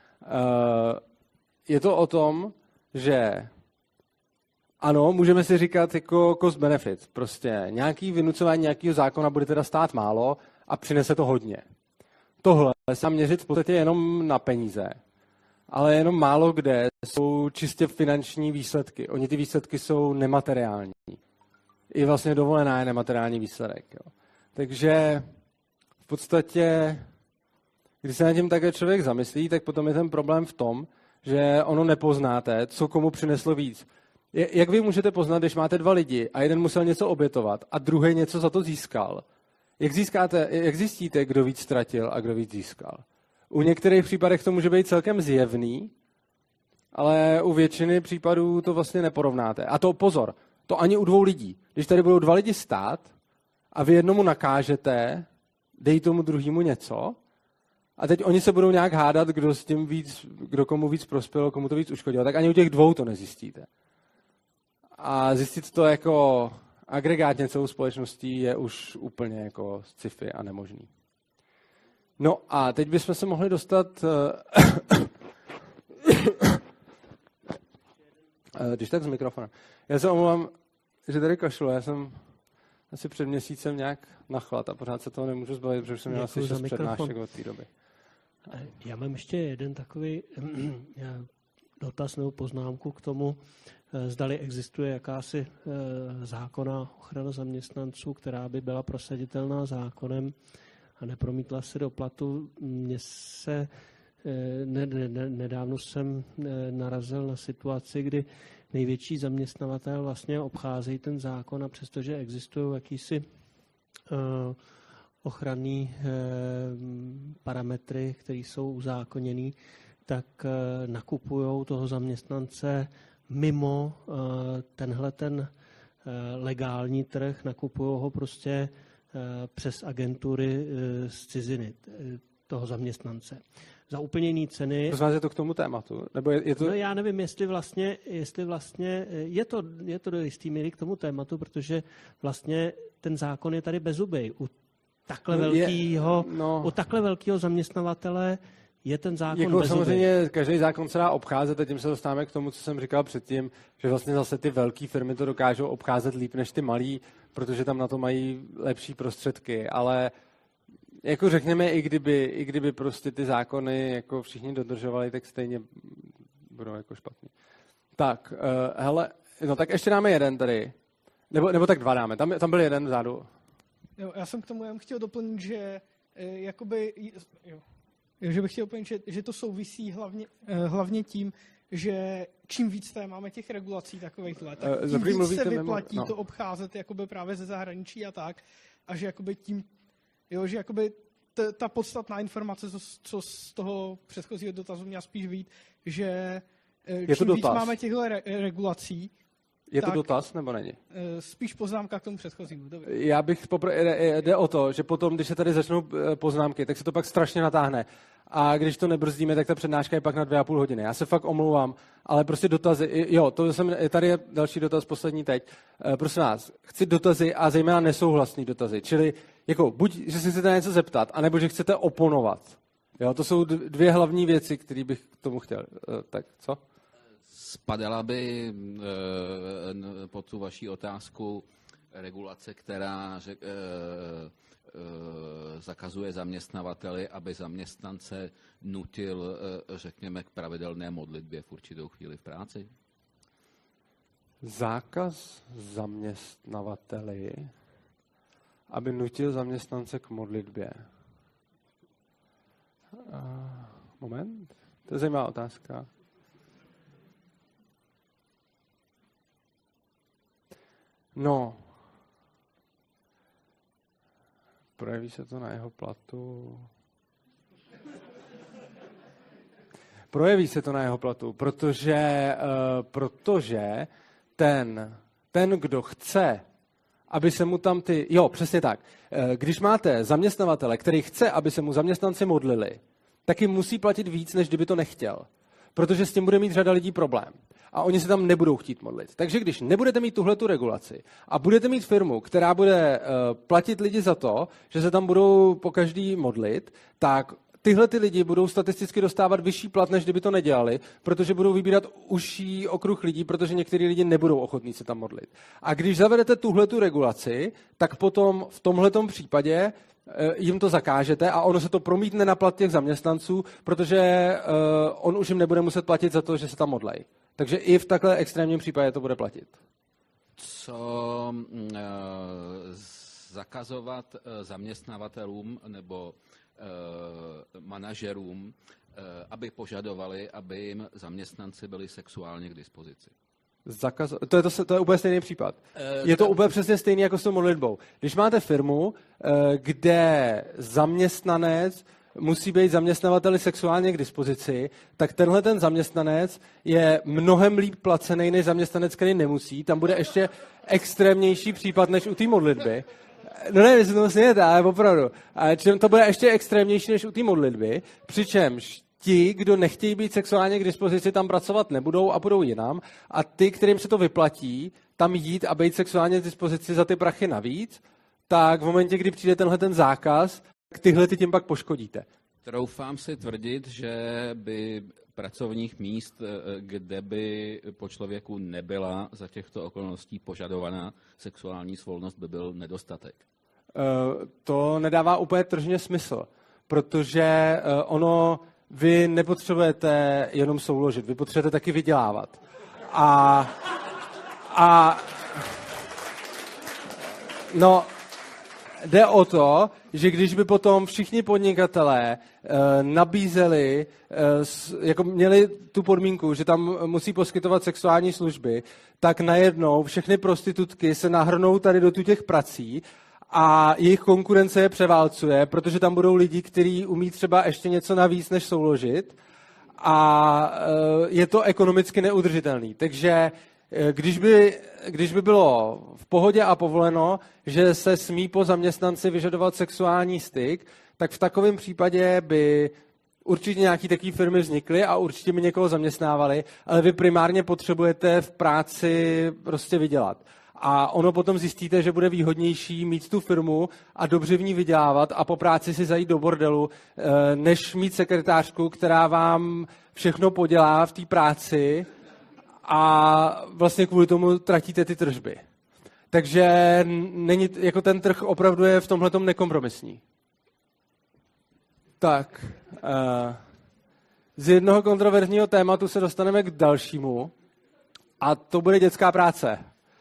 je to o tom, že ano, můžeme si říkat jako cost benefit. Prostě nějaký vynucování nějakého zákona bude teda stát málo a přinese to hodně. Tohle se měřit v podstatě jenom na peníze. Ale jenom málo kde jsou čistě finanční výsledky. Oni ty výsledky jsou nemateriální. I vlastně dovolená je nemateriální výsledek. Jo. Takže v podstatě, když se na tím také člověk zamyslí, tak potom je ten problém v tom, že ono nepoznáte, co komu přineslo víc. Jak vy můžete poznat, když máte dva lidi a jeden musel něco obětovat a druhý něco za to získal? Jak, získáte, jak zjistíte, kdo víc ztratil a kdo víc získal? U některých případech to může být celkem zjevný, ale u většiny případů to vlastně neporovnáte. A to pozor, to ani u dvou lidí. Když tady budou dva lidi stát a vy jednomu nakážete, dej tomu druhému něco, a teď oni se budou nějak hádat, kdo s tím víc, kdo komu víc prospěl, komu to víc uškodilo, tak ani u těch dvou to nezjistíte. A zjistit to jako agregátně celou společností je už úplně jako sci-fi a nemožný. No a teď bychom se mohli dostat... Když tak s mikrofonem. Já se omlouvám, že tady kašlu. Já jsem asi před měsícem nějak nachlad a pořád se toho nemůžu zbavit, protože jsem měl asi šest přednášek od té doby. Já mám ještě jeden takový dotaz nebo poznámku k tomu, zdali existuje jakási zákonná ochrana zaměstnanců, která by byla prosaditelná zákonem a nepromítla se do platu. Mně se ne, ne, nedávno jsem narazil na situaci, kdy největší zaměstnavatel vlastně obcházejí ten zákon a přestože existují jakýsi uh, ochranné parametry, které jsou uzákoněné, tak nakupují toho zaměstnance mimo tenhle ten legální trh, nakupují ho prostě přes agentury z ciziny toho zaměstnance. Za úplně jiné ceny. Prosím vás, je to k tomu tématu? Nebo je, je to... No já nevím, jestli vlastně, jestli vlastně je, to, je to do jistý míry k tomu tématu, protože vlastně ten zákon je tady bezzubej. U takhle, no velkýho, no. u takhle velkého zaměstnavatele je ten zákon jako bezzubej. Samozřejmě každý zákon se dá obcházet a tím se dostáváme k tomu, co jsem říkal předtím, že vlastně zase ty velké firmy to dokážou obcházet líp než ty malí, protože tam na to mají lepší prostředky, ale jako řekněme, i kdyby, i kdyby prostě ty zákony jako všichni dodržovali, tak stejně budou jako špatný. Tak, uh, hele, no tak ještě dáme jeden tady. Nebo, nebo tak dva dáme. Tam, tam byl jeden vzadu. Jo, já jsem k tomu jen chtěl doplnit, že eh, jakoby, jo, že bych chtěl doplnit, že, že to souvisí hlavně, eh, hlavně tím, že čím víc tady máme těch regulací takovýchhle, tak tím uh, víc se vyplatí mimo, no. to obcházet jakoby právě ze zahraničí a tak. A že jakoby tím Jo, že jakoby t, ta podstatná informace, co, co z toho předchozího dotazu měla spíš vít, že je čím víc máme těchto re, regulací. Je tak, to dotaz, nebo není? Spíš poznámka k tomu předchozímu. Dobře. Já bych popr- jde o to, že potom, když se tady začnou poznámky, tak se to pak strašně natáhne. A když to nebrzdíme, tak ta přednáška je pak na dvě a půl hodiny. Já se fakt omlouvám, ale prostě dotazy, jo, to jsem, tady je další dotaz, poslední teď. Prosím vás, chci dotazy a zejména nesouhlasný dotazy. Čili jako buď, že si chcete něco zeptat, anebo že chcete oponovat. Jo, to jsou dvě hlavní věci, které bych k tomu chtěl. Tak, co? Spadala by e, pod tu vaši otázku regulace, která řek, e, e, zakazuje zaměstnavateli, aby zaměstnance nutil, e, řekněme, k pravidelné modlitbě v určitou chvíli v práci? Zákaz zaměstnavateli, aby nutil zaměstnance k modlitbě. Uh, moment. To je zajímavá otázka. No, projeví se to na jeho platu. Projeví se to na jeho platu, protože, uh, protože ten, ten, kdo chce, aby se mu tam ty... Jo, přesně tak. Když máte zaměstnavatele, který chce, aby se mu zaměstnanci modlili, tak jim musí platit víc, než kdyby to nechtěl. Protože s tím bude mít řada lidí problém. A oni se tam nebudou chtít modlit. Takže když nebudete mít tuhletu regulaci a budete mít firmu, která bude uh, platit lidi za to, že se tam budou po každý modlit, tak tyhle ty lidi budou statisticky dostávat vyšší plat, než kdyby to nedělali, protože budou vybírat užší okruh lidí, protože některý lidi nebudou ochotní se tam modlit. A když zavedete tuhletu regulaci, tak potom v tomhletom případě jim to zakážete a ono se to promítne na plat těch zaměstnanců, protože uh, on už jim nebude muset platit za to, že se tam modlej. Takže i v takhle extrémním případě to bude platit. Co uh, zakazovat uh, zaměstnavatelům nebo uh, manažerům, uh, aby požadovali, aby jim zaměstnanci byli sexuálně k dispozici? Zakaz... To, je to, to je úplně stejný případ. Je to úplně přesně stejný jako s tou modlitbou. Když máte firmu, kde zaměstnanec musí být zaměstnavateli sexuálně k dispozici, tak tenhle ten zaměstnanec je mnohem líp placený než zaměstnanec, který nemusí. Tam bude ještě extrémnější případ než u té modlitby. No ne, vy se to smějete, ale opravdu. A čím to bude ještě extrémnější než u té modlitby, přičemž ti, kdo nechtějí být sexuálně k dispozici, tam pracovat nebudou a budou jinam. A ty, kterým se to vyplatí, tam jít a být sexuálně k dispozici za ty prachy navíc, tak v momentě, kdy přijde tenhle ten zákaz, tak tyhle ty tím pak poškodíte. Troufám si tvrdit, že by pracovních míst, kde by po člověku nebyla za těchto okolností požadovaná sexuální svolnost, by byl nedostatek. Uh, to nedává úplně tržně smysl, protože uh, ono... Vy nepotřebujete jenom souložit, vy potřebujete taky vydělávat. A, a no, jde o to, že když by potom všichni podnikatelé e, nabízeli, e, s, jako měli tu podmínku, že tam musí poskytovat sexuální služby, tak najednou všechny prostitutky se nahrnou tady do těch prací a jejich konkurence je převálcuje, protože tam budou lidi, kteří umí třeba ještě něco navíc, než souložit a je to ekonomicky neudržitelný. Takže když by, když by bylo v pohodě a povoleno, že se smí po zaměstnanci vyžadovat sexuální styk, tak v takovém případě by určitě nějaké takové firmy vznikly a určitě by někoho zaměstnávali, ale vy primárně potřebujete v práci prostě vydělat. A ono potom zjistíte, že bude výhodnější mít tu firmu a dobře v ní vydělávat a po práci si zajít do bordelu, než mít sekretářku, která vám všechno podělá v té práci a vlastně kvůli tomu tratíte ty tržby. Takže není, jako ten trh opravdu je v tomhletom nekompromisní. Tak, z jednoho kontroverzního tématu se dostaneme k dalšímu a to bude dětská práce.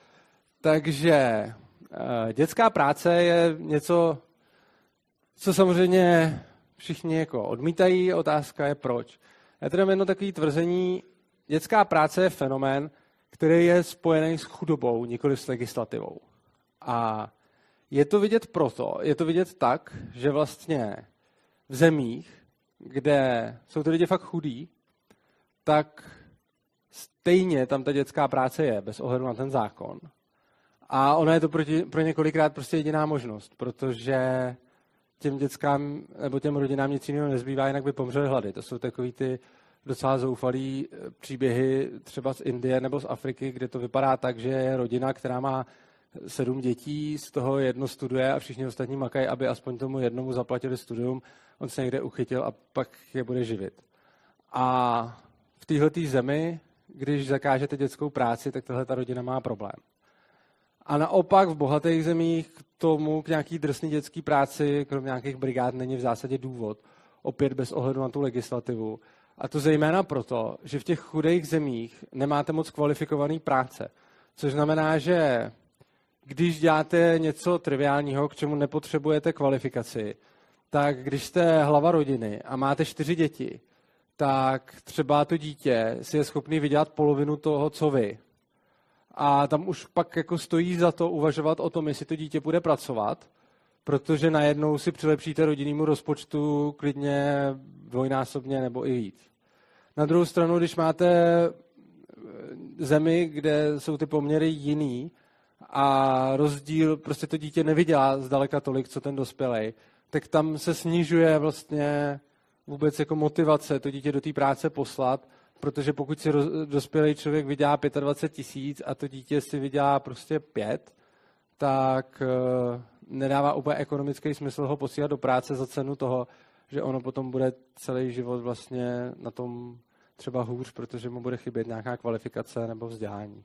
Takže dětská práce je něco, co samozřejmě všichni jako odmítají, otázka je proč. Já tady mám jedno takové tvrzení, dětská práce je fenomén, který je spojený s chudobou, nikoli s legislativou. A je to vidět proto, je to vidět tak, že vlastně v zemích, kde jsou ty lidi fakt chudí, tak stejně tam ta dětská práce je, bez ohledu na ten zákon. A ona je to proti, pro několikrát prostě jediná možnost, protože těm dětskám nebo těm rodinám nic jiného nezbývá, jinak by pomřeli hlady. To jsou takový ty docela zoufalý příběhy třeba z Indie nebo z Afriky, kde to vypadá tak, že je rodina, která má sedm dětí, z toho jedno studuje a všichni ostatní makají, aby aspoň tomu jednomu zaplatili studium, on se někde uchytil a pak je bude živit. A v téhleté zemi, když zakážete dětskou práci, tak tahle ta rodina má problém. A naopak v bohatých zemích k tomu, k nějaký drsný dětský práci, kromě nějakých brigád, není v zásadě důvod. Opět bez ohledu na tu legislativu. A to zejména proto, že v těch chudých zemích nemáte moc kvalifikovaný práce. Což znamená, že když děláte něco triviálního, k čemu nepotřebujete kvalifikaci, tak když jste hlava rodiny a máte čtyři děti, tak třeba to dítě si je schopný vydělat polovinu toho, co vy. A tam už pak jako stojí za to uvažovat o tom, jestli to dítě bude pracovat, protože najednou si přilepšíte rodinnému rozpočtu klidně dvojnásobně nebo i víc. Na druhou stranu, když máte zemi, kde jsou ty poměry jiný a rozdíl, prostě to dítě nevydělá zdaleka tolik, co ten dospělej, tak tam se snižuje vlastně vůbec jako motivace to dítě do té práce poslat, protože pokud si dospělý člověk vydělá dvacet pět tisíc a to dítě si vydělá prostě pět, tak nedává úplně ekonomický smysl ho posílat do práce za cenu toho, že ono potom bude celý život vlastně na tom třeba hůř, protože mu bude chybět nějaká kvalifikace nebo vzdělání.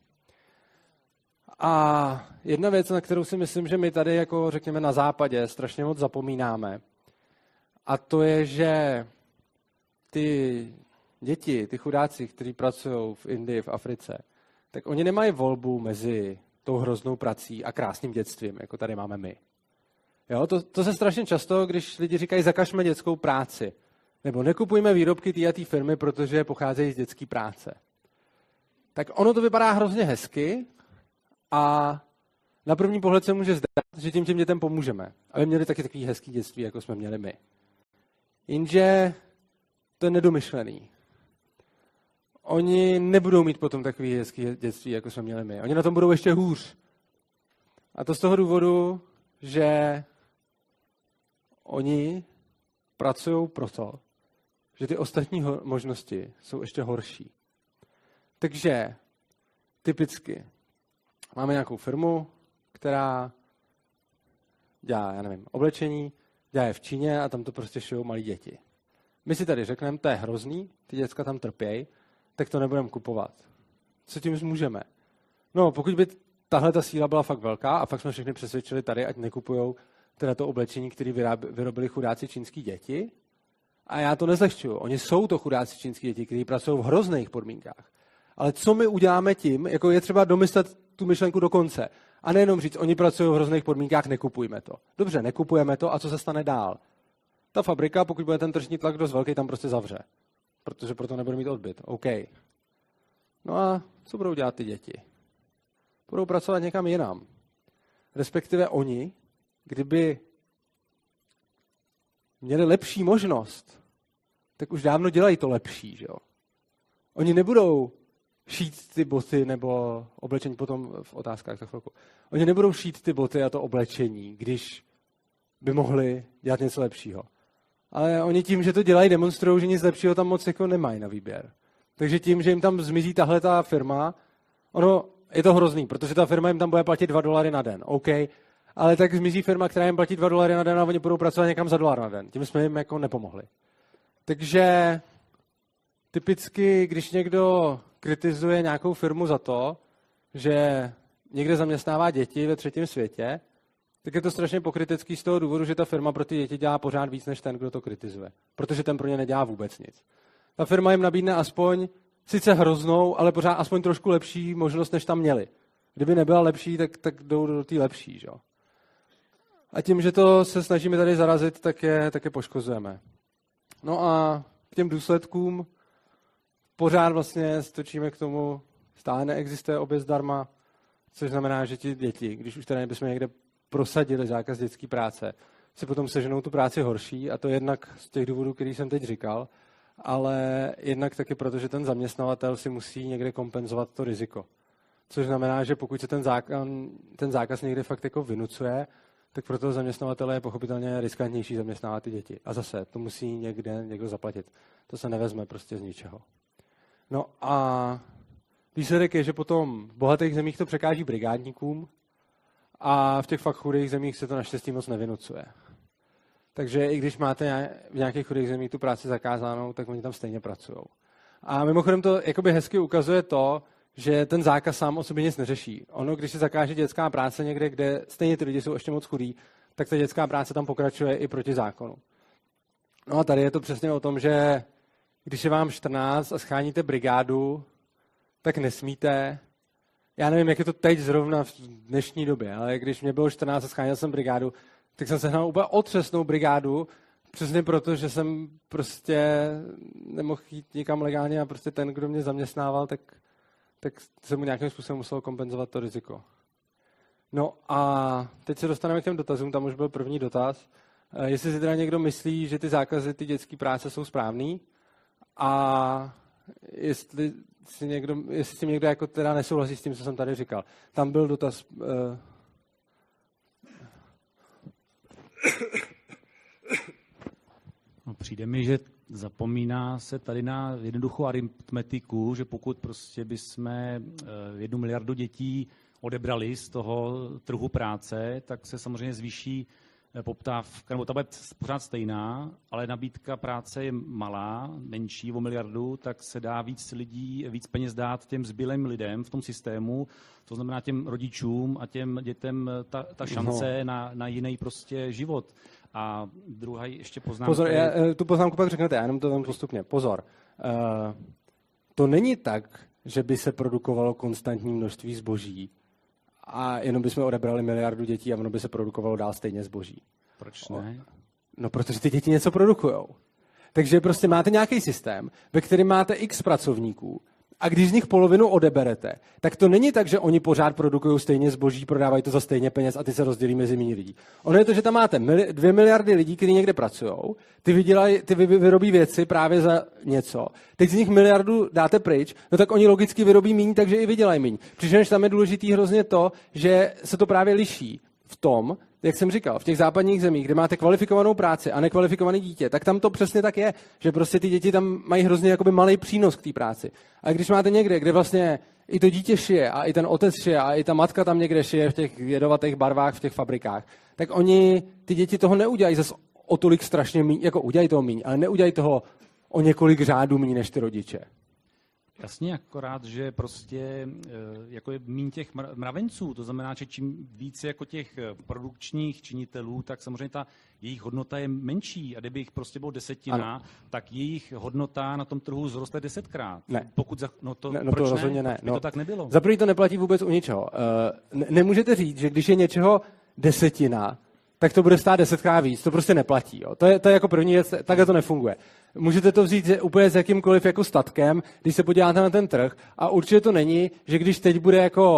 A jedna věc, na kterou si myslím, že my tady, jako řekněme na západě, strašně moc zapomínáme, a to je, že ty děti, ty chudáci, kteří pracují v Indii, v Africe, tak oni nemají volbu mezi tou hroznou prací a krásným dětstvím, jako tady máme my. Jo, to, to se strašně často, když lidi říkají, zakažme dětskou práci, nebo nekupujme výrobky té a té firmy, protože pocházejí z dětské práce. Tak ono to vypadá hrozně hezky a na první pohled se může zdát, že tím těm dětem pomůžeme, aby měli taky takový hezký dětství, jako jsme měli my. Jenže to je nedomyšlený. Oni nebudou mít potom takový hezký dětství, jako jsme měli my. Oni na tom budou ještě hůř. A to z toho důvodu, že oni pracují proto, že ty ostatní ho- možnosti jsou ještě horší. Takže typicky máme nějakou firmu, která dělá, já nevím, oblečení, dělá je v Číně a tam to prostě šijou malí děti. My si tady řekneme, to je hrozný, ty děcka tam trpějí, tak to nebudeme kupovat. Co tím můžeme? No, pokud by tahle ta síla byla fakt velká a fakt jsme všechny přesvědčili tady, ať nekupujou teda to oblečení, které vyrobili chudáci čínský děti. A já to nezlehčuju. Oni jsou to chudáci čínský děti, kteří pracují v hrozných podmínkách. Ale co my uděláme tím, jako je třeba domyslet tu myšlenku do konce. A nejenom říct, oni pracují v hrozných podmínkách, nekupujme to. Dobře, nekupujeme to a co se stane dál? Ta fabrika, pokud bude ten tržní tlak dost velký, tam prostě zavře. Protože proto nebude mít odbyt. OK. No a co budou dělat ty děti? Budou pracovat někam jinam. Respektive oni kdyby měli lepší možnost, tak už dávno dělají to lepší, že jo. Oni nebudou šít ty boty nebo oblečení, potom v otázkách za chvilku. Oni nebudou šít ty boty a to oblečení, když by mohli dělat něco lepšího. Ale oni tím, že to dělají, demonstrují, že nic lepšího tam moc jako nemají na výběr. Takže tím, že jim tam zmizí tahle ta firma, ono je to hrozný, protože ta firma jim tam bude platit dva dolary na den, OK, ale tak zmizí firma, která jim platí dva dolary na den a oni budou pracovat někam za dolar na den. Tím jsme jim jako nepomohli. Takže typicky, když někdo kritizuje nějakou firmu za to, že někde zaměstnává děti ve třetím světě, tak je to strašně pokrytecký z toho důvodu, že ta firma pro ty děti dělá pořád víc než ten, kdo to kritizuje. Protože ten pro ně nedělá vůbec nic. Ta firma jim nabídne aspoň, sice hroznou, ale pořád aspoň trošku lepší možnost, než tam měli. Kdyby nebyla lepší, tak, tak jdou do té lepší. Že? A tím, že to se snažíme tady zarazit, tak je, tak je poškozujeme. No a k těm důsledkům pořád vlastně stočíme k tomu, stále neexistuje oběd zdarma, což znamená, že ti děti, když už tady bychom někde prosadili zákaz dětské práce, si potom seženou tu práci horší, a to jednak z těch důvodů, který jsem teď říkal, ale jednak taky proto, že ten zaměstnavatel si musí někde kompenzovat to riziko. Což znamená, že pokud se ten zákaz, ten zákaz někde fakt jako vynucuje, tak pro toho zaměstnavatele je pochopitelně riskantnější zaměstnávat ty děti. A zase, to musí někde někdo zaplatit. To se nevezme prostě z ničeho. No a výsledek je, že potom v bohatých zemích to překáží brigádníkům a v těch fakt chudých zemích se to naštěstí moc nevynucuje. Takže i když máte v nějakých chudých zemích tu práci zakázanou, tak oni tam stejně pracují. A mimochodem to jakoby hezky ukazuje to, že ten zákaz sám o sobě nic neřeší. Ono, když se zakáže dětská práce někde, kde stejně ty lidi jsou ještě moc chudí, tak ta dětská práce tam pokračuje i proti zákonu. No a tady je to přesně o tom, že když je vám čtrnáct a scháníte brigádu, tak nesmíte. Já nevím, jak je to teď zrovna v dnešní době, ale když mě bylo čtrnáct a scháněl jsem brigádu, tak jsem sehnal úplně otřesnou brigádu, přesně proto, že jsem prostě nemohl jít nikam legálně a prostě ten, kdo mě zaměstnával, tak, tak se mu nějakým způsobem muselo kompenzovat to riziko. No a teď se dostaneme k těm dotazům, tam už byl první dotaz. Jestli si teda někdo myslí, že ty zákazy ty dětské práce jsou správný a jestli si někdo, jestli si někdo jako teda nesouhlasí s tím, co jsem tady říkal. Tam byl dotaz... Uh... No, přijde mi, že zapomíná se tady na jednoduchou aritmetiku, že pokud prostě bychom jednu miliardu dětí odebrali z toho trhu práce, tak se samozřejmě zvýší poptávka, nebo ta bude pořád stejná, ale nabídka práce je malá, menší o miliardu, tak se dá víc lidí, víc peněz dát těm zbylým lidem v tom systému, to znamená těm rodičům a těm dětem ta, ta šance no. na, na jiný prostě život. A druhá ještě poznámka... Pozor, já, tu poznámku pak řeknete, já jenom to tam postupně. Pozor, uh, to není tak, že by se produkovalo konstantní množství zboží a jenom bychom odebrali miliardu dětí a ono by se produkovalo dál stejně zboží. Proč ne? No, protože ty děti něco produkujou. Takže prostě máte nějaký systém, ve kterém máte x pracovníků a když z nich polovinu odeberete, tak to není tak, že oni pořád produkují stejně zboží, prodávají to za stejně peněz a ty se rozdělí mezi méně lidí. Ono je to, že tam máte mili, dvě miliardy lidí, kteří někde pracují, ty, vydělají, ty vy, vyrobí věci právě za něco, teď z nich miliardu dáte pryč, no tak oni logicky vyrobí míň, takže i vydělají míň. Přičemž tam je důležitý hrozně to, že se to právě liší v tom, jak jsem říkal, v těch západních zemích, kde máte kvalifikovanou práci a nekvalifikované dítě, tak tam to přesně tak je, že prostě ty děti tam mají hrozně jakoby malý přínos k té práci. A když máte někde, kde vlastně i to dítě šije a i ten otec šije a i ta matka tam někde šije v těch jedovatých barvách v těch fabrikách, tak oni, ty děti toho neudělají zase o tolik strašně míň, jako udělají toho míň, ale neudělají toho o několik řádů míň než ty rodiče. Jasně, akorát, že prostě jako je míň těch mravenců, to znamená, že čím více jako těch produkčních činitelů, tak samozřejmě ta jejich hodnota je menší a kdyby jich prostě bylo desetina, ano. tak jejich hodnota na tom trhu zroste desetkrát. Ne. Pokud za, no to, ne, no proč to rozhodně ne. ne? No, to tak nebylo. Za první to neplatí vůbec u ničeho. Uh, nemůžete říct, že když je něčeho desetina, tak to bude stát desetkrát víc. To prostě neplatí. Jo. To, je, to je jako první věc, takhle to nefunguje. Můžete to vzít úplně s jakýmkoliv jako statkem, když se podíváte na ten trh a určitě to není, že když teď bude jako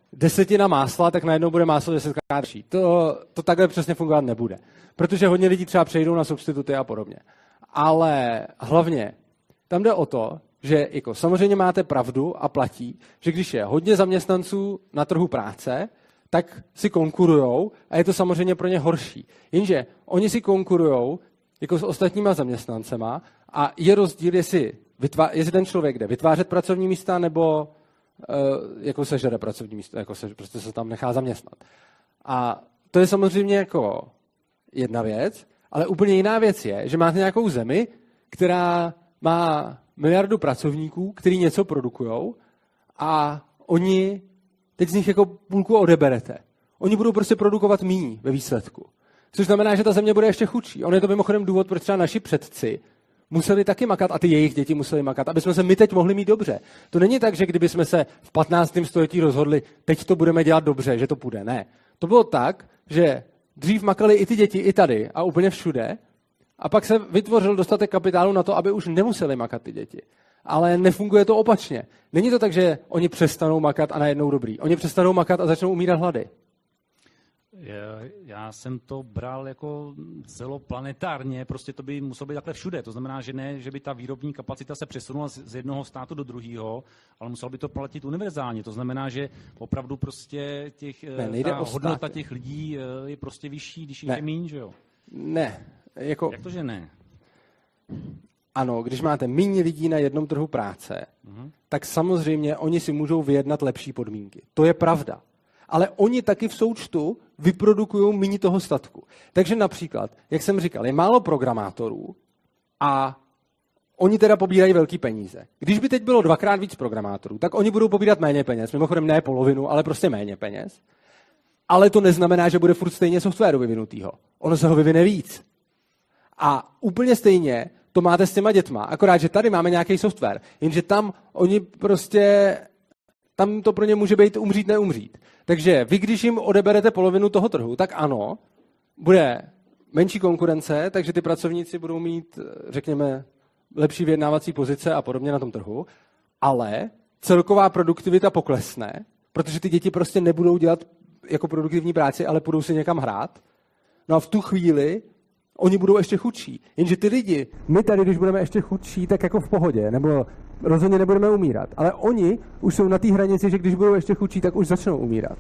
desetina másla, tak najednou bude máslo desetkrát dražší. To, to takhle přesně fungovat nebude. Protože hodně lidí třeba přejdou na substituty a podobně. Ale hlavně tam jde o to, že jako samozřejmě máte pravdu a platí, že když je hodně zaměstnanců na trhu práce, tak si konkurujou a je to samozřejmě pro ně horší. Jenže oni si konkurujou jako s ostatníma zaměstnancema a je rozdíl, jestli, vytvá, jestli ten člověk jde vytvářet pracovní místa nebo uh, jako sežere pracovní místo, jako se, prostě se tam nechá zaměstnat. A to je samozřejmě jako jedna věc, ale úplně jiná věc je, že máte nějakou zemi, která má miliardu pracovníků, kteří něco produkujou a oni teď z nich jako půlku odeberete. Oni budou prostě produkovat míň ve výsledku. Což znamená, že ta země bude ještě chudší. On je to mimochodem důvod, proč třeba naši předci museli taky makat a ty jejich děti museli makat, aby jsme se my teď mohli mít dobře. To není tak, že kdyby jsme se v patnáctém století rozhodli, teď to budeme dělat dobře, že to půjde. Ne. To bylo tak, že dřív makali i ty děti, i tady a úplně všude a pak se vytvořil dostatek kapitálu na to, aby už nemuseli makat ty děti. Ale nefunguje to opačně. Není to tak, že oni přestanou makat a najednou dobrý. Oni přestanou makat a začnou umírat hlady. Já jsem to bral jako celoplanetárně, prostě to by muselo být takhle všude. To znamená, že ne, že by ta výrobní kapacita se přesunula z jednoho státu do druhého, ale muselo by to platit univerzálně. To znamená, že opravdu prostě těch, ne, ta hodnota těch lidí je prostě vyšší, když jich je míň, že jo? Ne. Jako... Jak to, že ne? Ano, když máte méně lidí na jednom trhu práce, uh-huh. tak samozřejmě oni si můžou vyjednat lepší podmínky. To je pravda. Ale oni taky v součtu vyprodukují méně toho statku. Takže například, jak jsem říkal, je málo programátorů a oni teda pobírají velký peníze. Když by teď bylo dvakrát víc programátorů, tak oni budou pobírat méně peněz. Mimochodem ne polovinu, ale prostě méně peněz. Ale to neznamená, že bude furt stejně softwaru vyvinutýho. Ono se ho vyvine víc. A úplně stejně to máte s těma dětma. Akorát, že tady máme nějaký software. Jenže tam oni prostě, tam to pro ně může být umřít, neumřít. Takže vy, když jim odeberete polovinu toho trhu, tak ano, bude menší konkurence, takže ty pracovníci budou mít, řekněme, lepší vyjednávací pozice a podobně na tom trhu, ale celková produktivita poklesne, protože ty děti prostě nebudou dělat jako produktivní práci, ale budou si někam hrát. No a v tu chvíli oni budou ještě chudší. Jenže ty lidi, my tady, když budeme ještě chudší, tak jako v pohodě, nebo rozhodně nebudeme umírat. Ale oni už jsou na té hranici, že když budou ještě chudší, tak už začnou umírat.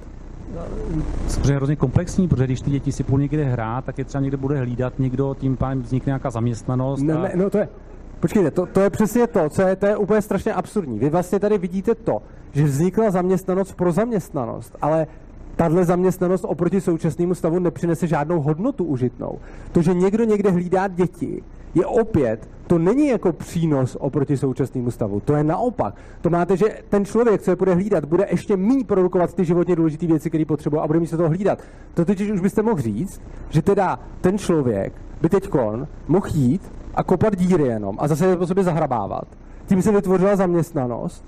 To je hrozně komplexní, protože když ty děti si půl někde hrát, tak je třeba někde bude hlídat někdo, tím pádem vznikne nějaká zaměstnanost. Ne, a... ne, no to je, počkejte, to, to je přesně to, co je, to je úplně strašně absurdní. Vy vlastně tady vidíte to, že vznikla zaměstnanost pro zaměstnanost, ale tahle zaměstnanost oproti současnému stavu nepřinese žádnou hodnotu užitnou. To, že někdo někde hlídá děti, je opět, to není jako přínos oproti současnému stavu. To je naopak. To máte, že ten člověk, co je bude hlídat, bude ještě méně produkovat ty životně důležité věci, které potřebuje a bude mít se toho hlídat. To totiž už byste mohl říct, že teda ten člověk by teďkon mohl jít a kopat díry jenom a zase po sobě zahrabávat. Tím se vytvořila zaměstnanost.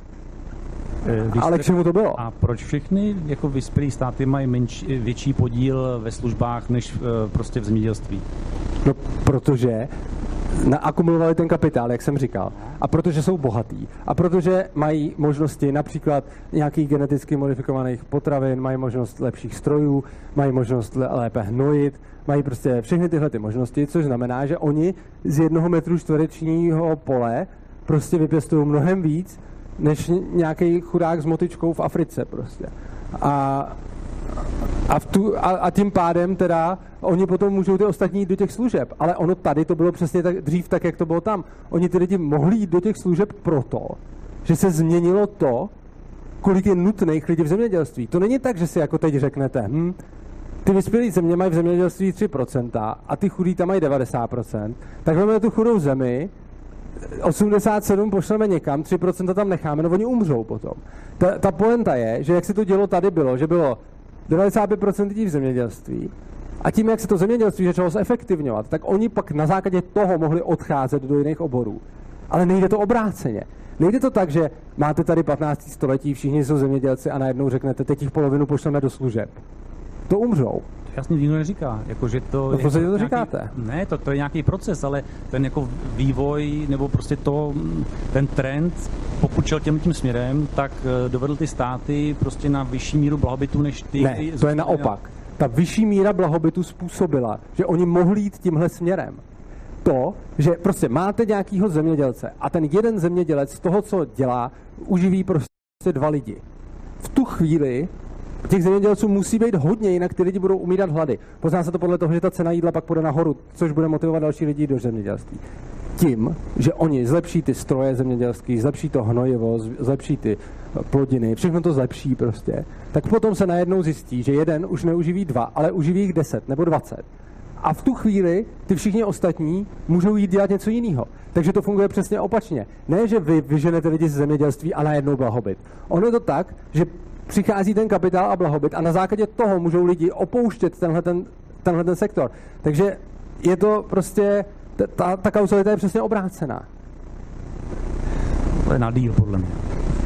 Když ale k čemu to bylo? A proč všechny jako vyspělé státy mají menší, větší podíl ve službách než prostě v zemědělství? No, protože naakumulovali ten kapitál, jak jsem říkal. A protože jsou bohatí. A protože mají možnosti například nějakých geneticky modifikovaných potravin, mají možnost lepších strojů, mají možnost lépe hnojit, mají prostě všechny tyhle ty možnosti, což znamená, že oni z jednoho metru čtverečního pole prostě vypěstují mnohem víc, než nějaký chudák s motyčkou v Africe prostě. A, a, v tu, a, a tím pádem teda oni potom můžou ty ostatní jít do těch služeb. Ale ono tady to bylo přesně tak, dřív tak, jak to bylo tam. Oni ty lidi mohli jít do těch služeb proto, že se změnilo to, kolik je nutných lidí v zemědělství. To není tak, že si jako teď řeknete, hm, ty vyspělý země mají v zemědělství tři procenta a ty chudí tam mají devadesát procent. Tak máme tu chudou zemi, osmdesát sedm pošleme někam, tři procenta tam necháme, no oni umřou potom. Ta, ta poenta je, že jak se to dělo tady bylo, že bylo devadesát pět procent lidí v zemědělství a tím, jak se to zemědělství začalo zefektivňovat, tak oni pak na základě toho mohli odcházet do jiných oborů. Ale nejde to obráceně. Nejde to tak, že máte tady patnácté století, všichni jsou zemědělci a najednou řeknete, teď jich polovinu pošleme do služeb. To umřou. Jasně, nikdo neříká. Jako, že to No, prostě to nějaký, říkáte. Ne, to, to je nějaký proces, ale ten jako vývoj, nebo prostě to, ten trend, pokud šel tím tím směrem, tak dovedl ty státy prostě na vyšší míru blahobytu než ty. Ne, to je naopak. Ta vyšší míra blahobytu způsobila, že oni mohli jít tímhle směrem. To, že prostě máte nějakýho zemědělce a ten jeden zemědělec z toho, co dělá, uživí prostě dva lidi. V tu chvíli těch zemědělců musí být hodně, jinak ty lidi budou umírat hlady. Pozná se to podle toho, že ta cena jídla pak půjde nahoru, což bude motivovat další lidi do zemědělství. Tím, že oni zlepší ty stroje zemědělské, zlepší to hnojivo, zlepší ty plodiny, všechno to zlepší prostě, tak potom se najednou zjistí, že jeden už neuživí dva, ale uživí jich deset nebo dvacet. A v tu chvíli ty všichni ostatní můžou jít dělat něco jiného. Takže to funguje přesně opačně. Ne, že vy vyženete lidi z zemědělství a najednou blahobyt. Ono je to tak, že přichází ten kapitál a blahobyt a na základě toho můžou lidi opouštět tenhle ten, tenhle ten sektor. Takže je to prostě, ta, ta kauzalita je přesně obrácená. To je na díl, podle mě.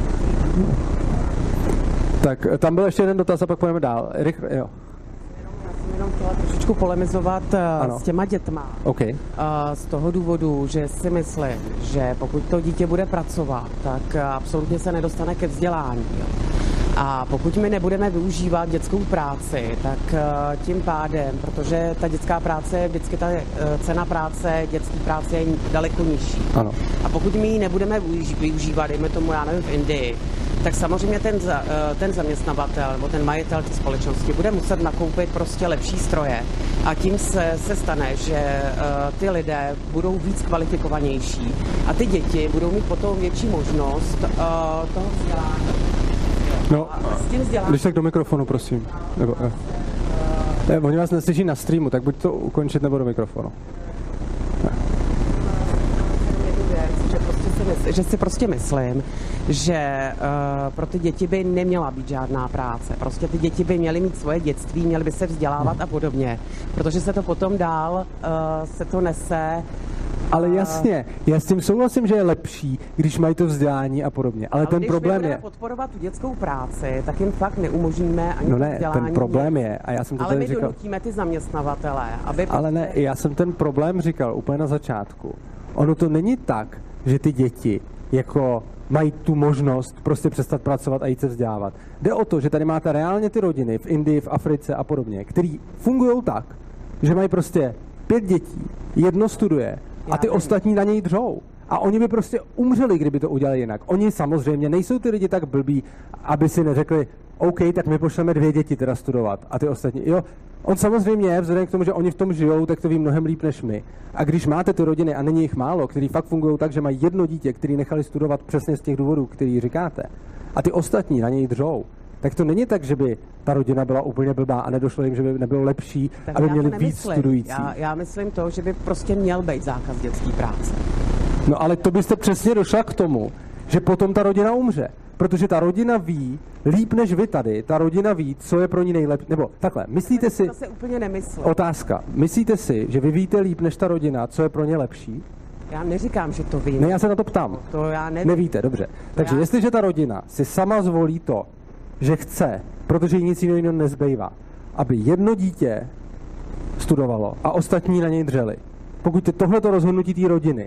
Tak tam byl ještě jeden dotaz a pak půjdeme dál. Rychle, jo. Jenom chtěla trošičku polemizovat ano. s těma dětma. Okay. Z toho důvodu, že si myslím, že pokud to dítě bude pracovat, tak absolutně se nedostane ke vzdělání. A pokud my nebudeme využívat dětskou práci, tak tím pádem, protože ta dětská práce je vždycky ta cena práce, dětské práce je daleko nižší. Ano. A pokud my ji nebudeme využívat, dejme tomu, já nevím, v Indii, tak samozřejmě ten, ten zaměstnavatel nebo ten majitel té společnosti bude muset nakoupit prostě lepší stroje a tím se, se stane, že uh, ty lidé budou víc kvalifikovanější a ty děti budou mít potom větší možnost uh, toho vzdělání. No, když tak do mikrofonu, prosím. Nebo, jo. Ne, oni vás neslyší na streamu, tak buď to ukončit, nebo do mikrofonu. Že, prostě si mysl, že si prostě myslím, že uh, pro ty děti by neměla být žádná práce. Prostě ty děti by měly mít svoje dětství, měly by se vzdělávat a podobně. Protože se to potom dál uh, se to nese. Ale jasně, já s tím souhlasím, že je lepší, když mají to vzdělání a podobně. Ale, ale ten problém je... když podporovat tu dětskou práci, tak jim fakt neumožníme ani no ne, vzdělání. ten problém je, a já jsem to ale tady my říkal... donutíme ty zaměstnavatele, aby... Ale ne, já jsem ten problém říkal úplně na začátku. Ono to není tak, že ty děti jako mají tu možnost prostě přestat pracovat a jít se vzdělávat. Jde o to, že tady máte reálně ty rodiny v Indii, v Africe a podobně, který fungují tak, že mají prostě pět dětí, jedno studuje a ty ostatní na něj dřou. A oni by prostě umřeli, kdyby to udělali jinak. Oni samozřejmě nejsou ty lidi tak blbí, aby si neřekli, OK, tak my pošleme dvě děti teda studovat a ty ostatní. Jo, on samozřejmě, vzhledem k tomu, že oni v tom žijou, tak to ví mnohem líp než my. A když máte ty rodiny, a není jich málo, který fakt fungují tak, že mají jedno dítě, který nechali studovat přesně z těch důvodů, který říkáte, a ty ostatní na něj dřou, tak to není tak, že by ta rodina byla úplně blbá a nedošlo jim, že by nebylo lepší, tak aby měli víc studující. Já, já myslím to, že by prostě měl být zákaz dětské práce. No ale to byste přesně došla k tomu, že potom ta rodina umře. Protože ta rodina ví, líp než vy tady, ta rodina ví, co je pro ní nejlepší. Nebo takhle, myslíte si... To se úplně nemyslím. Otázka. Myslíte si, že vy víte líp než ta rodina, co je pro ně lepší? Já neříkám, že to vím. Ne, já se na to ptám. To já nevím. Nevíte, dobře. Takže já... jestliže ta rodina si sama zvolí to, že chce, protože jí nic jiného nezbývá, aby jedno dítě studovalo a ostatní na něj dřeli. Pokud je tohleto rozhodnutí té rodiny,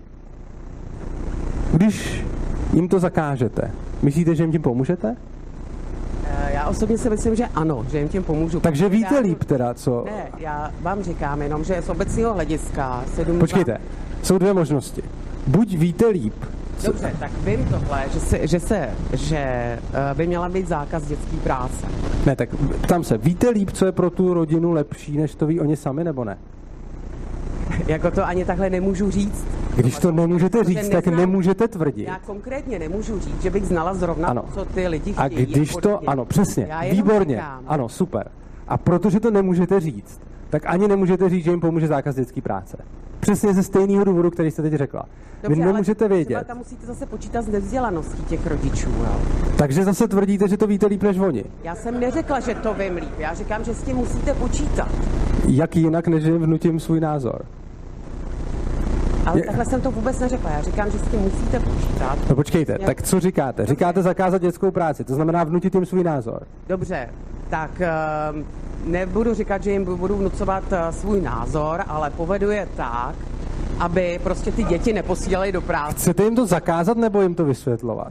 když jim to zakážete, myslíte, že jim tím pomůžete? Já osobně si myslím, že ano, že jim tím pomůžu. Takže víte líp teda, co... Ne, já vám říkám jenom, že z obecného hlediska se domnívám... Počkejte, jsou dvě možnosti. Buď víte líp... Co... Dobře, tak vím tohle, že, se, že, se, že by měla být zákaz dětské práce. Ne, tak tam se, víte líp, co je pro tu rodinu lepší, než to ví oni sami, nebo ne? Jako to ani takhle nemůžu říct. Když to nemůžete říct, neznám, tak nemůžete tvrdit. Já konkrétně nemůžu říct, že bych znala zrovna, ano. co ty lidi chtějí. A když a to, ano, přesně, výborně, říkám. Ano, super. A protože to nemůžete říct, tak ani nemůžete říct, že jim pomůže zákaz dětské práce. Přesně ze stejného důvodu, který jste teď řekla. Dobře, Vy nemůžete ale vědět. tam musíte zase počítat s nevzdělaností těch rodičů. Jo. Takže zase tvrdíte, že to víte líp než oni. Já jsem neřekla, že to vím líp. Já říkám, že s tím musíte počítat. Jak jinak, než jim vnutím svůj názor? Ale je... takhle jsem to vůbec neřekla. Já říkám, že s tím musíte počítat. No počkejte, Mě... tak co říkáte? Dobře. Říkáte zakázat dětskou práci, to znamená vnutit jim svůj názor. Dobře, tak um, nebudu říkat, že jim budu vnucovat svůj názor, ale povedu je tak, aby prostě ty děti neposílaly do práce. Chcete jim to zakázat nebo jim to vysvětlovat?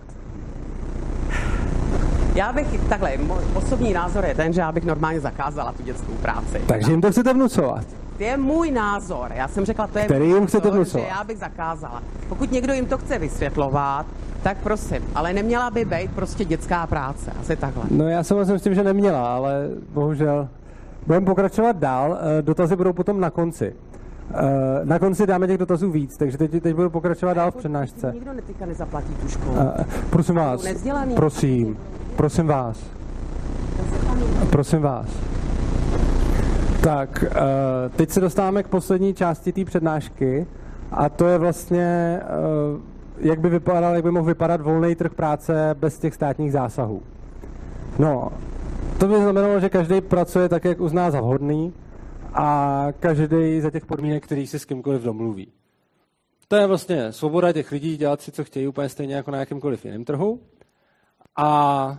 Já bych, takhle, můj osobní názor je ten, že já bych normálně zakázala tu dětskou práci. Takže jim to chcete vnucovat? To je můj názor. Já jsem řekla, to je Který můj jim chcete názor, vnucovat? že já bych zakázala. Pokud někdo jim to chce vysvětlovat, tak prosím, ale neměla by být prostě dětská práce. Asi takhle. No já souhlasím s tím, že neměla, ale bohužel. Budeme pokračovat dál, dotazy budou potom na konci. Na konci dáme těch dotazů víc, takže teď, teď budu pokračovat dál v přednášce. Nikdo netyka nezaplatí tu školu. Prosím vás, prosím, prosím vás, prosím vás. Tak, teď se dostáváme k poslední části té přednášky a to je vlastně, jak by vypadal, jak by mohl vypadat volný trh práce bez těch státních zásahů. No, to by znamenalo, že každý pracuje tak, jak uzná za vhodný a každý za těch podmínek, který si s kýmkoliv domluví. To je vlastně svoboda těch lidí dělat si, co chtějí, úplně stejně jako na jakýmkoliv jiném trhu. A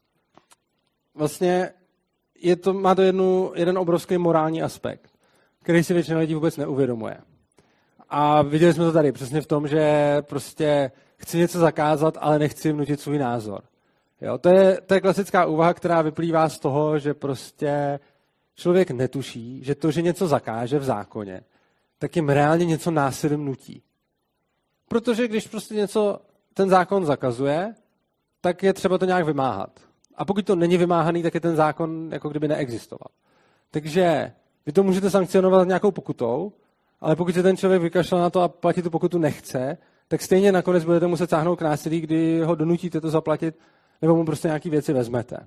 vlastně je to, má to jednu, jeden obrovský morální aspekt, který si většina lidí vůbec neuvědomuje. A viděli jsme to tady přesně v tom, že prostě chci něco zakázat, ale nechci vnutit svůj názor. Jo, to je, to je klasická úvaha, která vyplývá z toho, že prostě člověk netuší, že to, že něco zakáže v zákoně, tak jim reálně něco násilím nutí. Protože když prostě něco ten zákon zakazuje, tak je třeba to nějak vymáhat. A pokud to není vymáhaný, tak je ten zákon jako kdyby neexistoval. Takže vy to můžete sankcionovat nějakou pokutou, ale pokud se ten člověk vykašle na to a platit tu pokutu nechce, tak stejně nakonec budete muset sáhnout k násilí, kdy ho donutíte to zaplatit, nebo mu prostě nějaký věci vezmete.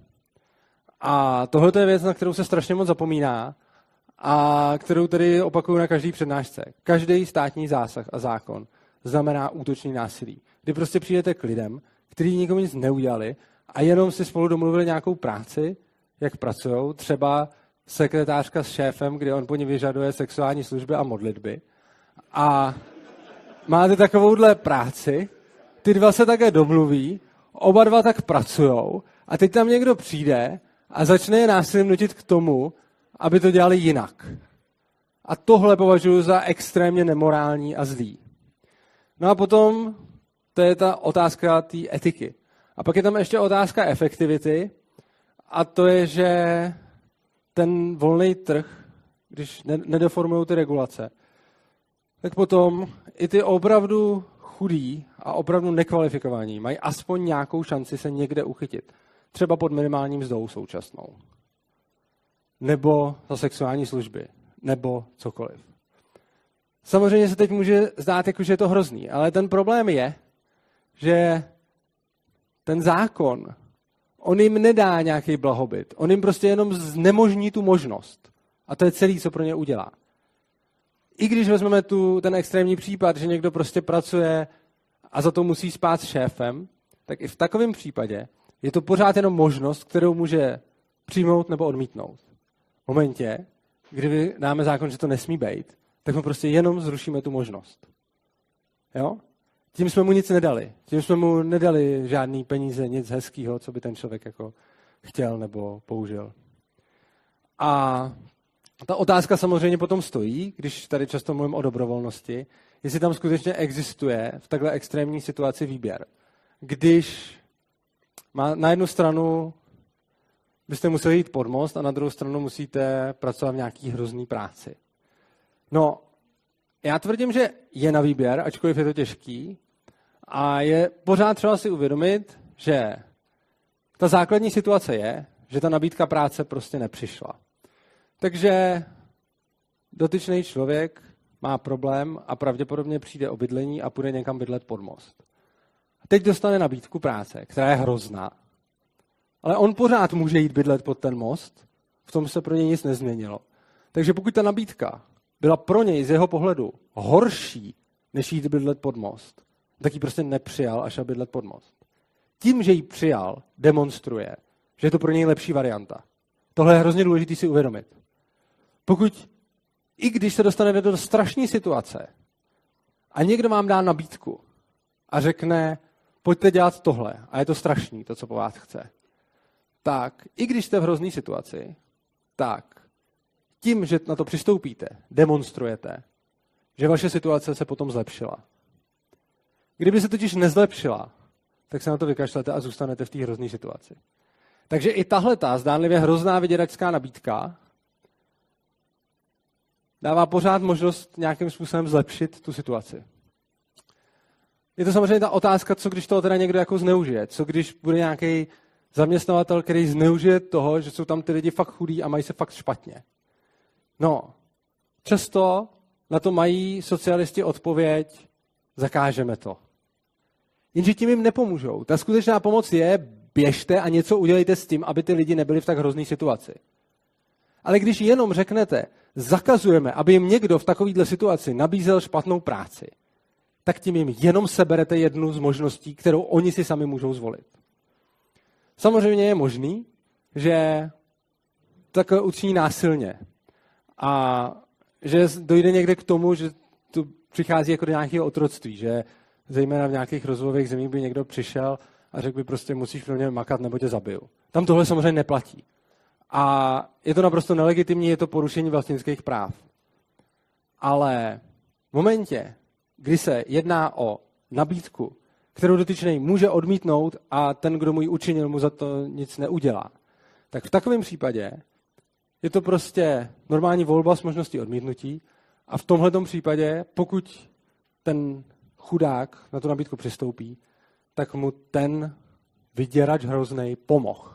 A tohle je věc, na kterou se strašně moc zapomíná a kterou tedy opakuju na každý přednášce. Každý státní zásah a zákon znamená útočný násilí. Kdy prostě přijdete k lidem, kteří nikomu nic neudělali a jenom si spolu domluvili nějakou práci, jak pracujou, třeba sekretářka s šéfem, kde on po ní vyžaduje sexuální služby a modlitby. A máte takovouhle práci, ty dva se také domluví, oba dva tak pracujou a teď tam někdo přijde a začne je násilím nutit k tomu, aby to dělali jinak. A tohle považuji za extrémně nemorální a zlý. No a potom to je ta otázka té etiky. A pak je tam ještě otázka efektivity a to je, že ten volný trh, když nedeformují ty regulace, tak potom i ty opravdu chudí a opravdu nekvalifikovaní mají aspoň nějakou šanci se někde uchytit. Třeba pod minimální mzdou současnou. Nebo za sexuální služby. Nebo cokoliv. Samozřejmě se teď může zdát, jako, že je to hrozný, ale ten problém je, že ten zákon, on jim nedá nějaký blahobyt. On jim prostě jenom znemožní tu možnost. A to je celý, co pro ně udělá. I když vezmeme tu, ten extrémní případ, že někdo prostě pracuje a za to musí spát s šéfem, tak i v takovém případě je to pořád jenom možnost, kterou může přijmout nebo odmítnout. V momentě, kdy dáme zákon, že to nesmí být, tak mu prostě jenom zrušíme tu možnost. Jo? Tím jsme mu nic nedali. Tím jsme mu nedali žádný peníze, nic hezkýho, co by ten člověk jako chtěl nebo použil. A ta otázka samozřejmě potom stojí, když tady často mluvím o dobrovolnosti, jestli tam skutečně existuje v takhle extrémní situaci výběr. Když má na jednu stranu byste museli jít pod most a na druhou stranu musíte pracovat v nějaký hrozný práci. No, já tvrdím, že je na výběr, ačkoliv je to těžký, a je pořád třeba si uvědomit, že ta základní situace je, že ta nabídka práce prostě nepřišla. Takže dotyčný člověk má problém a pravděpodobně přijde o bydlení a půjde někam bydlet pod most. A teď dostane nabídku práce, která je hrozná, ale on pořád může jít bydlet pod ten most, v tom se pro něj nic nezměnilo. Takže pokud ta nabídka byla pro něj z jeho pohledu horší, než jít bydlet pod most, tak ji prostě nepřijal a šel bydlet pod most. Tím, že ji přijal, demonstruje, že je to pro něj lepší varianta. Tohle je hrozně důležité si uvědomit. Pokud, i když se dostanete do strašné situace a někdo vám dá nabídku a řekne, pojďte dělat tohle, a je to strašný, to, co po vás chce, tak i když jste v hrozný situaci, tak tím, že na to přistoupíte, demonstrujete, že vaše situace se potom zlepšila. Kdyby se totiž nezlepšila, tak se na to vykašlete a zůstanete v té hrozné situaci. Takže i tahleta zdánlivě hrozná vyděračská nabídka dává pořád možnost nějakým způsobem zlepšit tu situaci. Je to samozřejmě ta otázka, co když toho teda někdo jako zneužije. Co když bude nějaký zaměstnavatel, který zneužije toho, že jsou tam ty lidi fakt chudí a mají se fakt špatně. No, často na to mají socialisti odpověď, zakážeme to. Jenže tím jim nepomůžou. Ta skutečná pomoc je, běžte a něco udělejte s tím, aby ty lidi nebyli v tak hrozný situaci. Ale když jenom řeknete, zakazujeme, aby jim někdo v takovéhle situaci nabízel špatnou práci, tak tím jim jenom seberete jednu z možností, kterou oni si sami můžou zvolit. Samozřejmě je možný, že takové učiní násilně a že dojde někde k tomu, že to přichází jako do nějakého otroctví, že zejména v nějakých rozvojových zemích by někdo přišel a řekl by prostě musíš pro mě makat, nebo tě zabiju. Tam tohle samozřejmě neplatí. A je to naprosto nelegitimní, je to porušení vlastnických práv. Ale v momentě, kdy se jedná o nabídku, kterou dotyčný může odmítnout a ten, kdo mu ji učinil, mu za to nic neudělá, tak v takovém případě je to prostě normální volba s možností odmítnutí a v tomhletom případě, pokud ten chudák na tu nabídku přistoupí, tak mu ten vyděrač hroznej pomohl.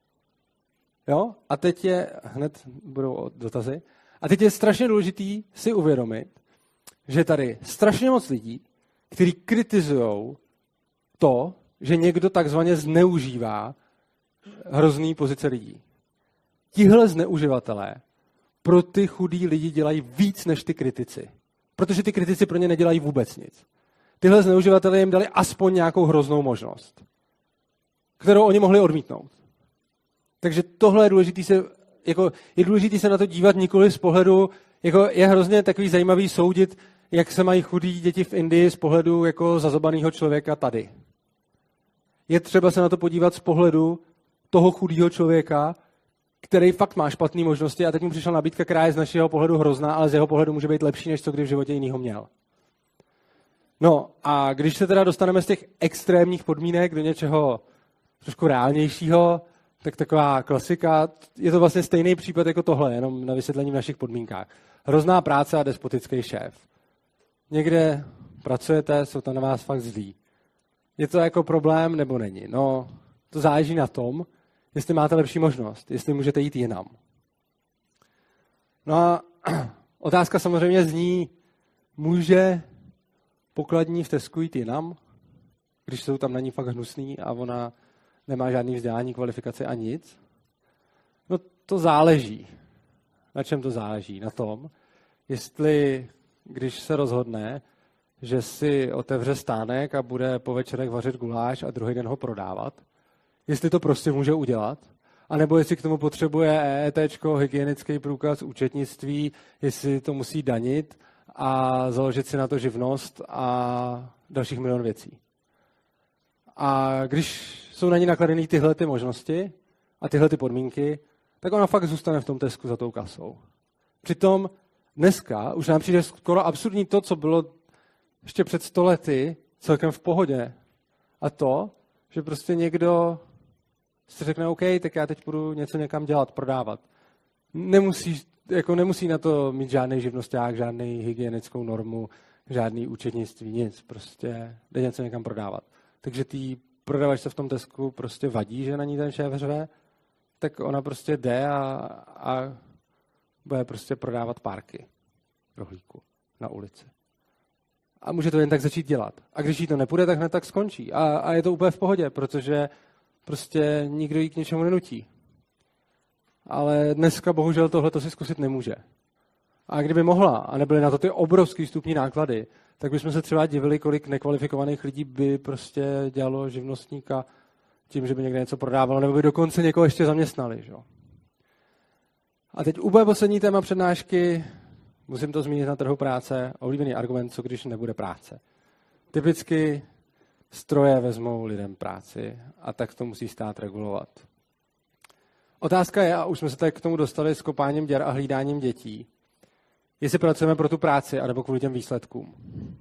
Jo? A teď je, hned budou dotazy, a teď je strašně důležitý si uvědomit, že tady strašně moc lidí, kteří kritizují to, že někdo takzvaně zneužívá hrozný pozice lidí. Tihle zneuživatelé pro ty chudí lidi dělají víc než ty kritici. Protože ty kritici pro ně nedělají vůbec nic. Tyhle zneuživatelé jim dali aspoň nějakou hroznou možnost, kterou oni mohli odmítnout. Takže tohle je důležité se, jako, je důležité se na to dívat nikoli z pohledu, jako je hrozně takový zajímavý soudit, jak se mají chudí děti v Indii z pohledu jako zazobaného člověka tady. Je třeba se na to podívat z pohledu toho chudého člověka, který fakt má špatné možnosti a teď mu přišla nabídka, která je z našeho pohledu hrozná, ale z jeho pohledu může být lepší, než co kdy v životě jinýho měl. No a když se teda dostaneme z těch extrémních podmínek do něčeho trošku reálnějšího, tak taková klasika, je to vlastně stejný případ jako tohle, jenom na vysvětlení v našich podmínkách. Hrozná práce a despotický šéf. Někde pracujete, jsou tam na vás fakt zlí. Je to jako problém nebo není? No, to záleží na tom, jestli máte lepší možnost, jestli můžete jít jinam. No a otázka samozřejmě zní, může pokladní v Tesku jít jinam, když jsou tam na ní fakt hnusný a ona nemá žádný vzdělání, kvalifikaci a nic? No to záleží. Na čem to záleží? Na tom, jestli, když se rozhodne, že si otevře stánek a bude po večerech vařit guláš a druhý den ho prodávat, jestli to prostě může udělat, anebo jestli k tomu potřebuje EETčko, hygienický průkaz, účetnictví, jestli to musí danit a založit si na to živnost a dalších milion věcí. A když jsou na ní nakladené tyhle ty možnosti a tyhle ty podmínky, tak ona fakt zůstane v tom Tesku za tou kasou. Přitom dneska už nám přijde skoro absurdní to, co bylo ještě před sto lety celkem v pohodě. A to, že prostě někdo si řekne, OK, tak já teď budu něco někam dělat, prodávat. Nemusí, jako nemusí na to mít žádný živnosták, žádný hygienickou normu, žádný účetnictví, nic. Prostě jde něco někam prodávat. Takže tý prodavačce v tom Tesku prostě vadí, že na ní ten šéf řve, tak ona prostě jde a, a bude prostě prodávat párky rohlíku na ulici. A může to jen tak začít dělat. A když jí to nepůjde, tak hned tak skončí. A, a je to úplně v pohodě, protože prostě nikdo jí k něčemu nenutí. Ale dneska bohužel tohle to si zkusit nemůže. A kdyby mohla, a nebyly na to ty obrovský vstupní náklady, tak bychom se třeba divili, kolik nekvalifikovaných lidí by prostě dělalo živnostníka tím, že by někde něco prodávalo, nebo by dokonce někoho ještě zaměstnali. Že? A teď úplně poslední téma přednášky, musím to zmínit na trhu práce, oblíbený argument, co když nebude práce. Typicky stroje vezmou lidem práci a tak to musí stát regulovat. otázka je, a už jsme se tady k tomu dostali s kopáním děr a hlídáním dětí, jestli pracujeme pro tu práci, anebo kvůli těm výsledkům.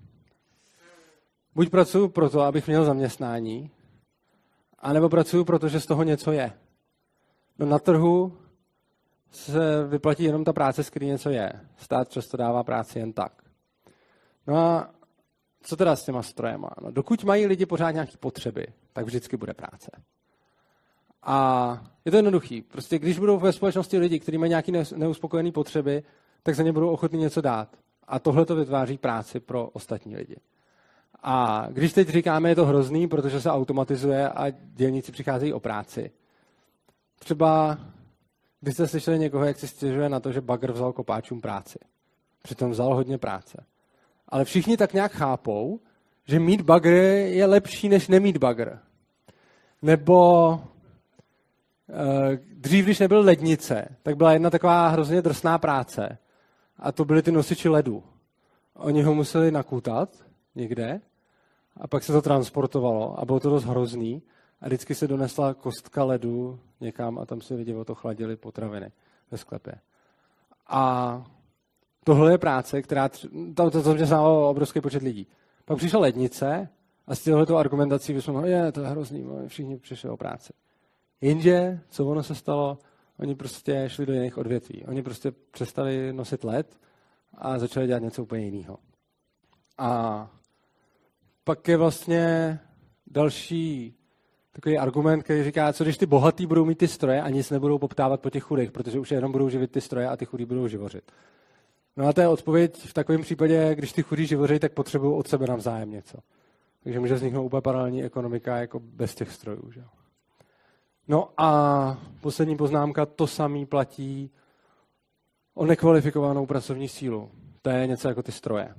Buď pracuji pro to, abych měl zaměstnání, anebo pracuji proto, že z toho něco je. No na trhu se vyplatí jenom ta práce, z který něco je. Stát často dává práci jen tak. No a co teda s těma strojema? No, dokud mají lidi pořád nějaké potřeby, tak vždycky bude práce. A je to jednoduchý. Prostě když budou ve společnosti lidi, kteří mají nějaké neuspokojené potřeby, tak za ně budou ochotní něco dát. A tohle to vytváří práci pro ostatní lidi. A když teď říkáme, je to hrozný, protože se automatizuje a dělníci přicházejí o práci. Třeba, když jste slyšeli někoho, jak si stěžuje na to, že bagr vzal kopáčům práci. Přitom vzal hodně práce. Ale všichni tak nějak chápou, že mít bagr je lepší, než nemít bagr. Nebo dřív, když nebyl lednice, tak byla jedna taková hrozně drsná práce. A to byly ty nosiči ledu. Oni ho museli nakutat někde a pak se to transportovalo a bylo to dost hrozný. A vždycky se donesla kostka ledu někam a tam si lidi o to chladili potraviny ve sklepě. A tohle je práce, která... To, to, to mě znalo obrovský počet lidí. Pak přišla lednice a s těmhletou argumentací bychom mohli, je, to je hrozný, všichni přišli o práci. Jenže, co ono se stalo, oni prostě šli do jiných odvětví. Oni prostě přestali nosit led a začali dělat něco úplně jiného. A pak je vlastně další takový argument, který říká, co když ty bohatý budou mít ty stroje a nic nebudou poptávat po těch chudých, protože už jenom budou živit ty stroje a ty chudí budou živořit. No a to je odpověď v takovém případě, když ty chudí živoří, tak potřebují od sebe navzájem něco. Takže může vzniknout úplně paralelní ekonomika jako bez těch strojů. Že? No a poslední poznámka, to samý platí o nekvalifikovanou pracovní sílu. To je něco jako ty stroje.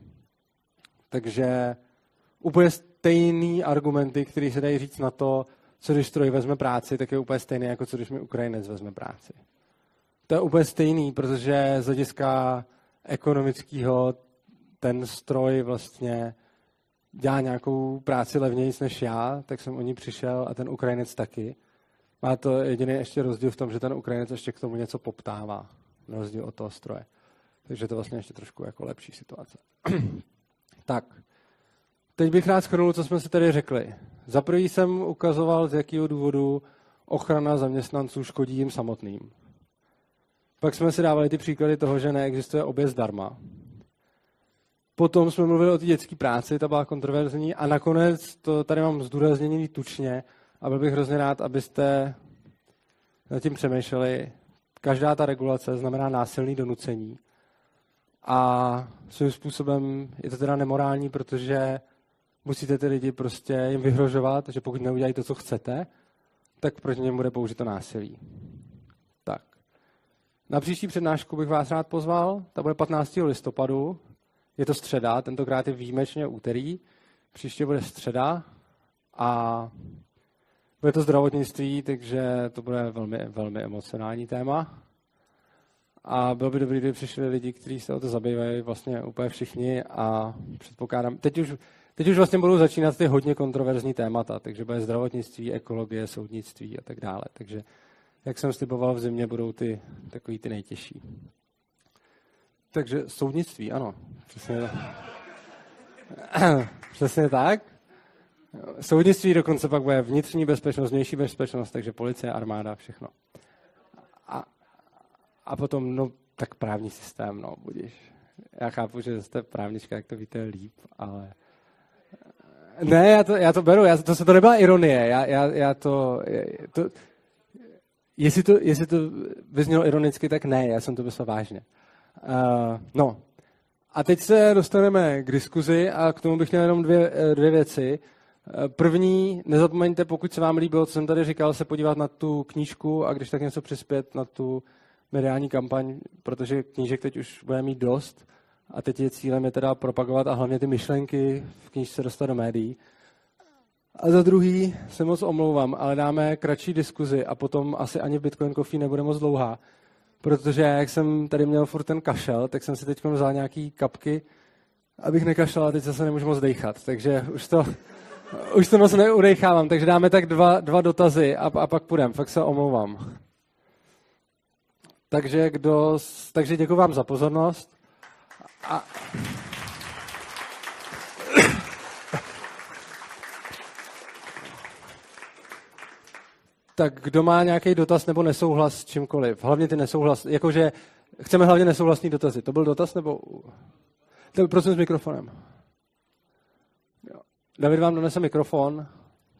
Takže úplně stejný argumenty, které se dají říct na to, co když stroj vezme práci, tak je úplně stejný, jako co když mi Ukrajinec vezme práci. To je úplně stejný, protože z hlediska ekonomického ten stroj vlastně dělá nějakou práci levnějc než já, tak jsem o ní přišel a ten Ukrajinec taky. Má to jediný ještě rozdíl v tom, že ten Ukrajinec ještě k tomu něco poptává, na rozdíl od toho stroje. Takže to vlastně ještě trošku jako lepší situace. Tak, teď bych rád shrnul, co jsme si tady řekli. Za prvý jsem ukazoval, z jakého důvodu ochrana zaměstnanců škodí jim samotným. Pak jsme si dávali ty příklady toho, že neexistuje oběd zdarma. Potom jsme mluvili o té dětské práci, ta byla kontroverzní. A nakonec, to tady mám zdůrazněný tučně, a byl bych hrozně rád, abyste nad tím přemýšleli. Každá ta regulace znamená násilné donucení. A svým způsobem je to teda nemorální, protože musíte ty lidi prostě jim vyhrožovat, že pokud neudělají to, co chcete, tak proti něm bude použito násilí. Tak. Na příští přednášku bych vás rád pozval. Ta bude patnáctého listopadu. Je to středa, tentokrát je výjimečně úterý. Příště bude středa a bude to zdravotnictví, takže to bude velmi, velmi emocionální téma. A bylo by dobré, kdyby přišli lidi, kteří se o to zabývají vlastně úplně všichni a předpokládám, teď už, teď už vlastně budou začínat ty hodně kontroverzní témata, takže bude zdravotnictví, ekologie, soudnictví a tak dále. Takže jak jsem sliboval v zimě, budou ty takový ty nejtěžší. Takže soudnictví, ano. Přesně tak. Přesně tak. Soudnictví dokonce pak bude vnitřní bezpečnost, vnější bezpečnost, takže policie, armáda, všechno. A, a potom, no, tak právní systém, no, budíš. Já chápu, že jste právnička, jak to víte líp, ale... Ne, já to, já to beru, já, to, to nebyla ironie, já, já, já to... to jestli, to jestli to vyznělo ironicky, tak ne, já jsem to myslel vážně. Uh, no, a teď se dostaneme k diskuzi a k tomu bych měl jenom dvě, dvě věci. První, nezapomeňte, pokud se vám líbilo, co jsem tady říkal, se podívat na tu knížku a když tak něco přispět na tu mediální kampaň, protože knížek teď už bude mít dost a teď je cílem je teda propagovat a hlavně ty myšlenky v knížce dostat do médií. A za druhý se moc omlouvám, ale dáme kratší diskuzi a potom asi ani v Bitcoin Coffee nebude moc dlouhá, protože jak jsem tady měl furt ten kašel, tak jsem si teď vzal nějaký kapky, abych nekašlal a teď zase nemůžu moc dejchat, takže už to... Už to moc neudejchávám, takže dáme tak dva, dva dotazy a, a pak půjdem. Fakt se omlouvám. Takže, kdo, takže děkuji vám za pozornost. A... Tak kdo má nějaký dotaz nebo nesouhlas s čímkoliv? Hlavně ty nesouhlas, jakože chceme hlavně nesouhlasný dotazy. To byl dotaz nebo... Tak prosím s mikrofonem. Jo. David vám donese mikrofon. Uh,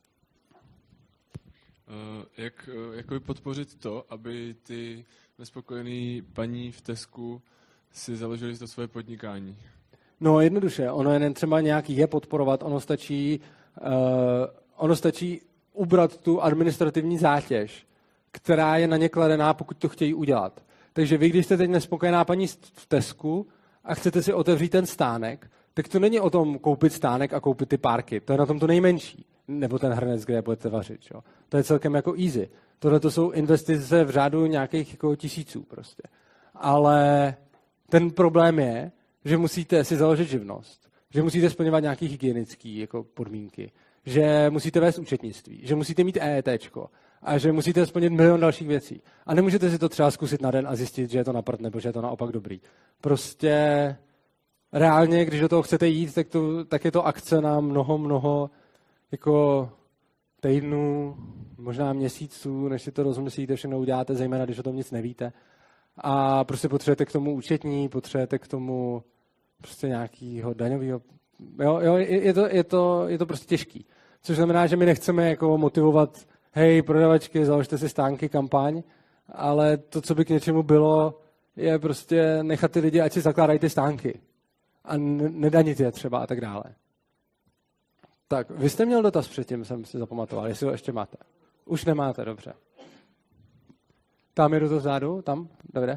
jak uh, jakoby podpořit to, aby ty nespokojený paní v Tesku si založili to svoje podnikání? No jednoduše, ono je třeba nějaký je podporovat, ono stačí, uh, ono stačí ubrat tu administrativní zátěž, která je na ně kladená, pokud to chtějí udělat. Takže vy, když jste teď nespokojená paní v Tesku a chcete si otevřít ten stánek, tak to není o tom koupit stánek a koupit ty párky. To je na tom to nejmenší. Nebo ten hrnec, kde je budete vařit. Jo. To je celkem jako easy. Tohle to jsou investice v řádu nějakých jako tisíců prostě. Ale ten problém je, že musíte si založit živnost, že musíte splňovat nějaké hygienické jako podmínky, že musíte vést účetnictví, že musíte mít EETčko a že musíte splnit milion dalších věcí. A nemůžete si to třeba zkusit na den a zjistit, že je to na prd, nebo že je to naopak dobrý. Prostě reálně, když do toho chcete jít, tak, to, tak je to akce na mnoho, mnoho jako týdnů, možná měsíců, než si to rozmyslíte, všechno uděláte, zejména když o tom nic nevíte. A prostě potřebujete k tomu účetní, potřebujete k tomu prostě nějakýho daňového. Jo, jo, je, to, je, to, je to prostě těžký. Což znamená, že my nechceme jako motivovat, hej, prodavačky, založte si stánky, kampaň, ale to, co by k něčemu bylo, je prostě nechat ty lidi, ať si zakládají ty stánky. A nedanit je třeba a tak dále. Tak, vy jste měl dotaz předtím, jsem si zapamatoval, jestli ho ještě máte. Už nemáte, dobře. Tam jedu to vzadu, tam, Davide?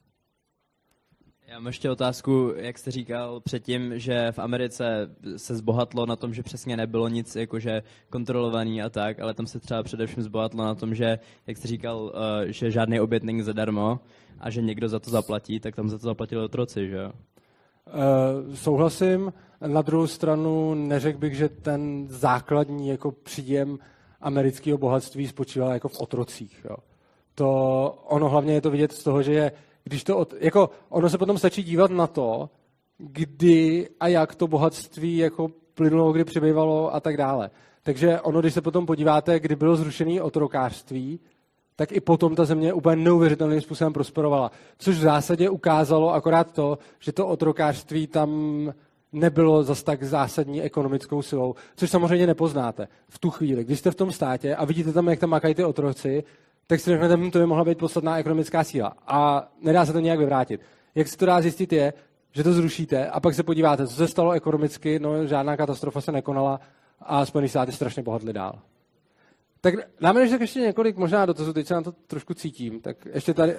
Já mám ještě otázku, jak jste říkal předtím, že v Americe se zbohatlo na tom, že přesně nebylo nic jakože kontrolovaný a tak, ale tam se třeba především zbohatlo na tom, že, jak jste říkal, že žádný oběd není zadarmo a že někdo za to zaplatí, tak tam za to zaplatili otroci, že jo? Uh, souhlasím. Na druhou stranu neřekl bych, že ten základní jako příjem amerického bohatství spočíval jako v otrocích. Jo. To, ono hlavně je to vidět z toho, že je, když to, od, jako, ono se potom stačí dívat na to, kdy a jak to bohatství jako plynulo, kdy přibývalo a tak dále. Takže ono, když se potom podíváte, kdy bylo zrušené otrokářství, tak i potom ta země úplně neuvěřitelným způsobem prosperovala. Což v zásadě ukázalo akorát to, že to otrokářství tam nebylo zas tak zásadní ekonomickou silou, což samozřejmě nepoznáte v tu chvíli. Když jste v tom státě a vidíte tam, jak tam makají ty otroci, tak si řeknete, že to by mohla být podstatná ekonomická síla. A nedá se to nějak vyvrátit. Jak se to dá zjistit je, že to zrušíte a pak se podíváte, co se stalo ekonomicky, no žádná katastrofa se nekonala a Spojené státy strašně bohatly dál. Tak dáme ještě, ještě několik možná dotazů, teď se na to trošku cítím, tak ještě tady...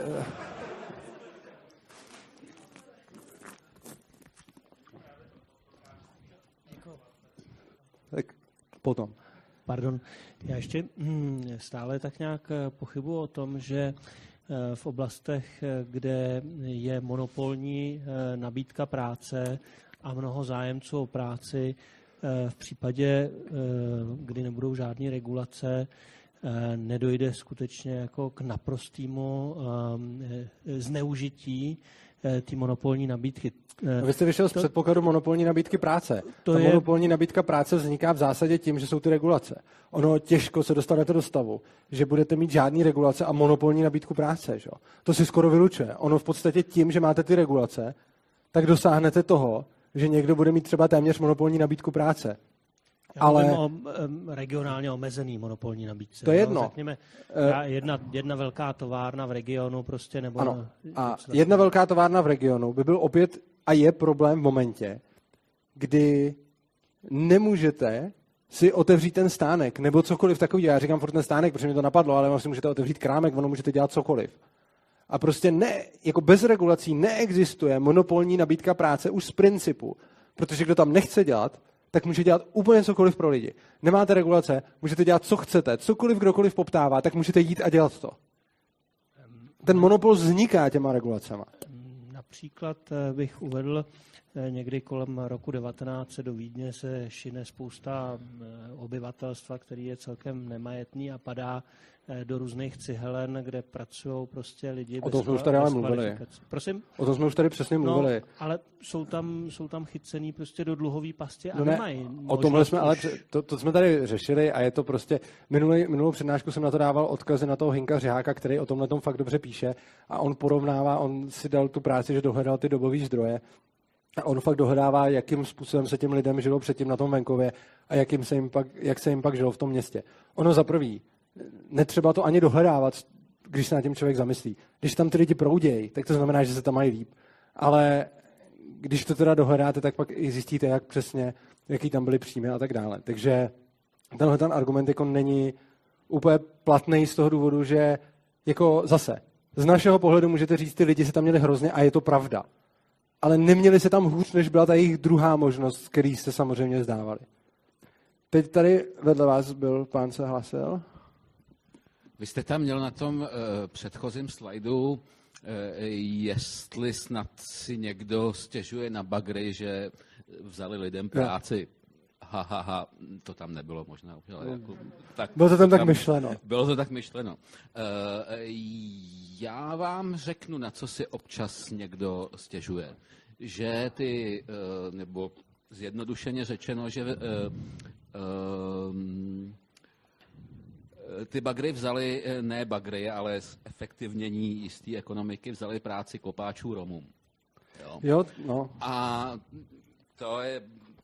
Tak potom. Pardon, já ještě stále tak nějak pochybuji o tom, že v oblastech, kde je monopolní nabídka práce a mnoho zájemců o práci, v případě, kdy nebudou žádné regulace, nedojde skutečně jako k naprostému zneužití té monopolní nabídky. No, vy jste vyšel z předpokladu monopolní nabídky práce. To Ta je... monopolní nabídka práce vzniká v zásadě tím, že jsou ty regulace. Ono těžko se dostanete do stavu, že budete mít žádný regulace a monopolní nabídku práce. Že? To si skoro vylučuje. Ono v podstatě tím, že máte ty regulace, tak dosáhnete toho, že někdo bude mít třeba téměř monopolní nabídku práce. Já ale o um, regionálně omezený monopolní nabídce. To je jedno. No, řekněme, jedna, jedna velká továrna v regionu prostě, nebo... Ano. A jedna velká továrna v regionu by byl opět a je problém v momentě, kdy nemůžete si otevřít ten stánek, nebo cokoliv takový. Já říkám furt ten stánek, protože mi to napadlo, ale si můžete otevřít krámek, ono můžete dělat cokoliv. A prostě ne, jako bez regulací neexistuje monopolní nabídka práce už z principu, protože kdo tam nechce dělat, tak může dělat úplně cokoliv pro lidi. Nemáte regulace, můžete dělat, co chcete, cokoliv kdokoliv poptává, tak můžete jít a dělat to. Ten monopol vzniká těma regulacema. Například bych uvedl někdy kolem roku devatenáct set do Vídně se šine spousta obyvatelstva, který je celkem nemajetný a padá do různých cihelen, kde pracují prostě lidi o tom jsme už tady ale mluvili. Prosím? O tom jsme už tady přesně mluvili. No, ale jsou tam, jsou tam chycený prostě do dluhový pasti a no ne, nemají. O tomhle jsme, ale to, to jsme tady řešili a je to prostě, minulý, minulou přednášku jsem na to dával odkazy na toho Hinka Řeháka, který o tomhle tom fakt dobře píše a on porovnává, on si dal tu práci, že dohledal ty dobové zdroje a on fakt dohledává, jakým způsobem se těm lidem žilo předtím na tom venkově a jakým se jim pak, jak se jim pak žilo v tom městě. Ono za prvý, netřeba to ani dohledávat, když se na tím člověk zamyslí. Když tam ty lidi proudějí, tak to znamená, že se tam mají líp. Ale když to teda dohledáte, tak pak i zjistíte, jak přesně, jaký tam byly příjmy a tak dále. Takže tenhle ten argument jako není úplně platný z toho důvodu, že jako zase, z našeho pohledu můžete říct, ty lidi se tam měli hrozně a je to pravda. Ale neměli se tam hůř, než byla ta jejich druhá možnost, který jste samozřejmě zdávali. Teď tady vedle vás byl pán, se hlasil. Vy jste tam měl na tom uh, předchozím slajdu, uh, jestli snad si někdo stěžuje na bagry, že vzali lidem práci. Ha, ha, ha, to tam nebylo možná. Ale jako, tak, bylo to tam tak myšleno. Bylo to tak myšleno. Uh, já vám řeknu, na co si občas někdo stěžuje. Že ty, uh, nebo zjednodušeně řečeno, že uh, uh, ty bagry vzali, ne bagry, ale efektivnění jisté ekonomiky, vzali práci kopáčů Romům. Jo, jo no. A to je,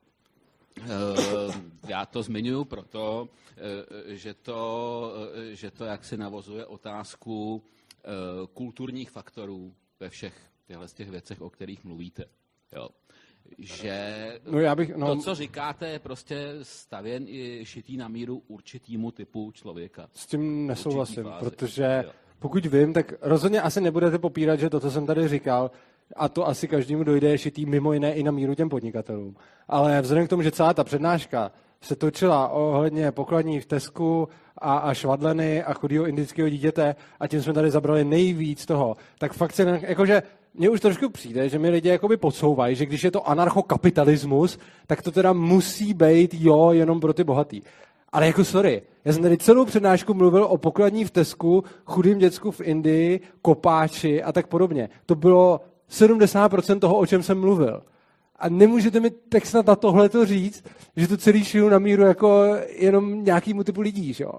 já to zmiňuji proto, že to, že to jaksi navozuje otázku kulturních faktorů ve všech těchto těch věcech, o kterých mluvíte. Jo. Že no já bych, no... to, co říkáte, je prostě stavěn i šitý na míru určitýmu typu člověka. S tím nesouhlasím, protože pokud vím, tak rozhodně asi nebudete popírat, že to, co jsem tady říkal, a to asi každému dojde, je šitý mimo jiné i na míru těm podnikatelům. Ale vzhledem k tomu, že celá ta přednáška se točila ohledně pokladní v Tesku a, a švadleny a chudého indického dítěte a tím jsme tady zabrali nejvíc toho, tak fakt se, jakože mně už trošku přijde, že mi lidi jakoby podsouvají, že když je to anarchokapitalismus, tak to teda musí být jo, jenom pro ty bohatý. Ale jako sorry, já jsem tady celou přednášku mluvil o pokladní v Tesku, chudým děcku v Indii, kopáči a tak podobně. To bylo sedmdesát procent toho, o čem jsem mluvil. A nemůžete mi tak snad na tohleto říct, že to celý šiju na míru jako jenom nějakýmu typu lidí, že jo?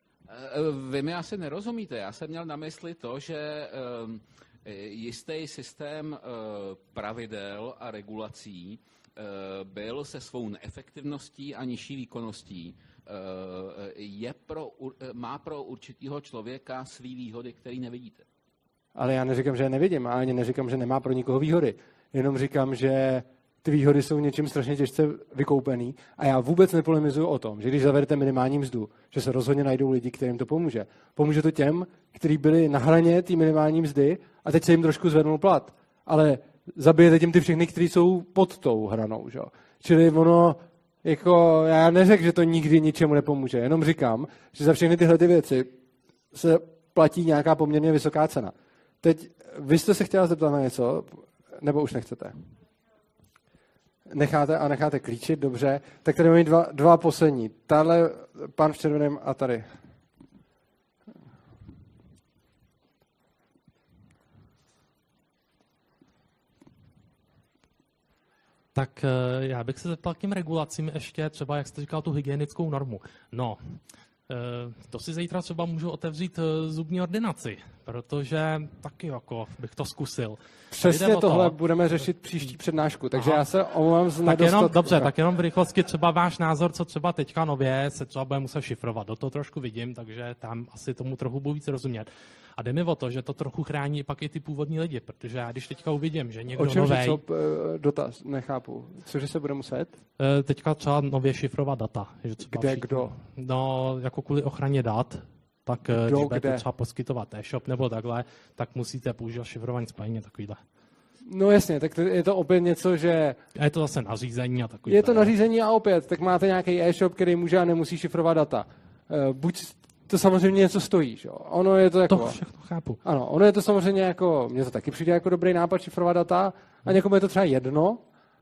Vy mi asi nerozumíte. Já jsem měl na mysli to, že um, jistý systém uh, pravidel a regulací uh, byl se svou neefektivností a nižší výkonností uh, je pro, uh, má pro určitýho člověka svý výhody, který nevidíte. Ale já neříkám, že je nevidím, a ani neříkám, že nemá pro nikoho výhody. Jenom říkám, že ty výhody jsou něčím strašně těžce vykoupený a já vůbec nepolemizuju o tom, že když zavedete minimální mzdu, že se rozhodně najdou lidi, kterým to pomůže. Pomůže to těm, kteří byli na hraně té minimální mzdy a teď se jim trošku zvednul plat. Ale zabijete tím ty všechny, kteří jsou pod tou hranou. Že? Čili ono, jako, já neřekl, že to nikdy ničemu nepomůže, jenom říkám, že za všechny tyhle ty věci se platí nějaká poměrně vysoká cena. Teď, vy jste se chtěla zeptat na něco, nebo už nechcete? Necháte a necháte klíčit, dobře. Tak tady máme dva, dva poslední. Tahle pán v červeném a tady. Tak já bych se zeptal k těm regulacím ještě, třeba jak jste říkal tu hygienickou normu. No, to si zítra třeba můžu otevřít zubní ordinaci, protože taky jako bych to zkusil. Přesně tohle to. Budeme řešit příští přednášku, takže Aha. já se omlouvám z nedostatku. Dobře, tak jenom v rychlosti třeba váš názor, co třeba teďka nově se třeba bude muset šifrovat. Do toho trošku vidím, takže tam asi tomu trochu budu víc rozumět. A jde mi o to, že to trochu chrání pak i ty původní lidi, protože já když teďka uvidím, že někdo novej... O čem co, dotaz, nechápu. Cože se bude muset? Teďka třeba nově šifrovat data. Že třeba Kde, všichni, kdo? No, jako kvůli ochraně dat, tak kdo, když budete třeba poskytovat e-shop nebo takhle, tak musíte používat šifrování spojení takovýhle. No jasně, tak to je to opět něco, že... A je to zase nařízení a takový. Je to nařízení a opět, tak máte nějaký e-shop, který může a nemusí šifrovat data. Buď to samozřejmě něco stojí, že? Ono je to jako... To všechno chápu. Ano, ono je to samozřejmě jako... Mně to taky přijde jako dobrý nápad šifrovat data a někomu je to třeba jedno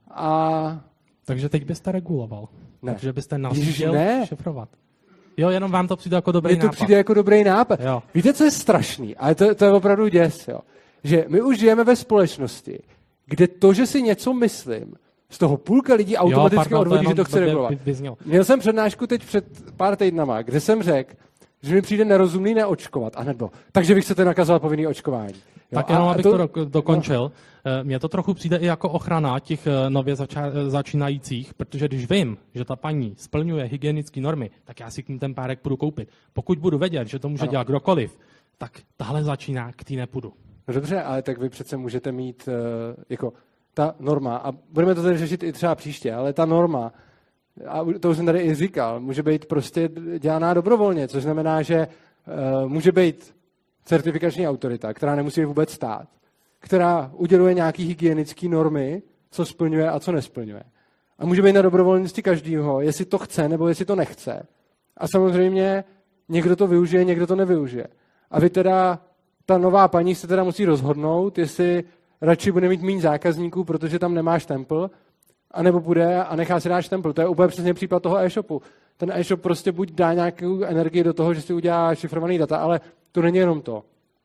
A... Takže teď byste reguloval. Ne. Takže byste Ježiš, nařídil ne. šifrovat. Jo, jenom vám to přijde jako dobrý Mně to nápad. přijde jako dobrý nápad. Jo. Víte, co je strašný? Ale to, to je opravdu děs, jo. Že my už žijeme ve společnosti, kde to, že si něco myslím, z toho půlka lidí automaticky jo, odvodí, že to chce regulovat. Měl jsem přednášku teď před pár týdnama, kde jsem řekl, že mi přijde nerozumný neočkovat. A nebo, takže vy chcete nakazovat povinný očkování. Jo, Tak jenom, a abych to, to do, dokončil. No. Mně to trochu přijde i jako ochrana těch nově zača- začínajících, protože když vím, že ta paní splňuje hygienické normy, tak já si k ní ten párek půjdu koupit. Pokud budu vědět, že to může ano. dělat kdokoliv, tak tahle začíná, k tý nepůjdu. No dobře, ale tak vy přece můžete mít uh, jako ta norma, a budeme to tady řešit i třeba příště, ale ta norma, a to už jsem tady i říkal, může být prostě dělaná dobrovolně, což znamená, že uh, může být certifikační autorita, která nemusí vůbec stát, která uděluje nějaký hygienické normy, co splňuje a co nesplňuje. A může být na dobrovolnosti každého, jestli to chce nebo jestli to nechce. A samozřejmě někdo to využije, někdo to nevyužije. A vy teda, ta nová paní se teda musí rozhodnout, jestli radši bude mít méně zákazníků, protože tam nemáš štempl, anebo bude a nechá si dát štempl. To je úplně přesně případ toho e-shopu. Ten e-shop prostě buď dá nějakou energii do toho, že si udělá šifrovaný data, ale to není jenom to.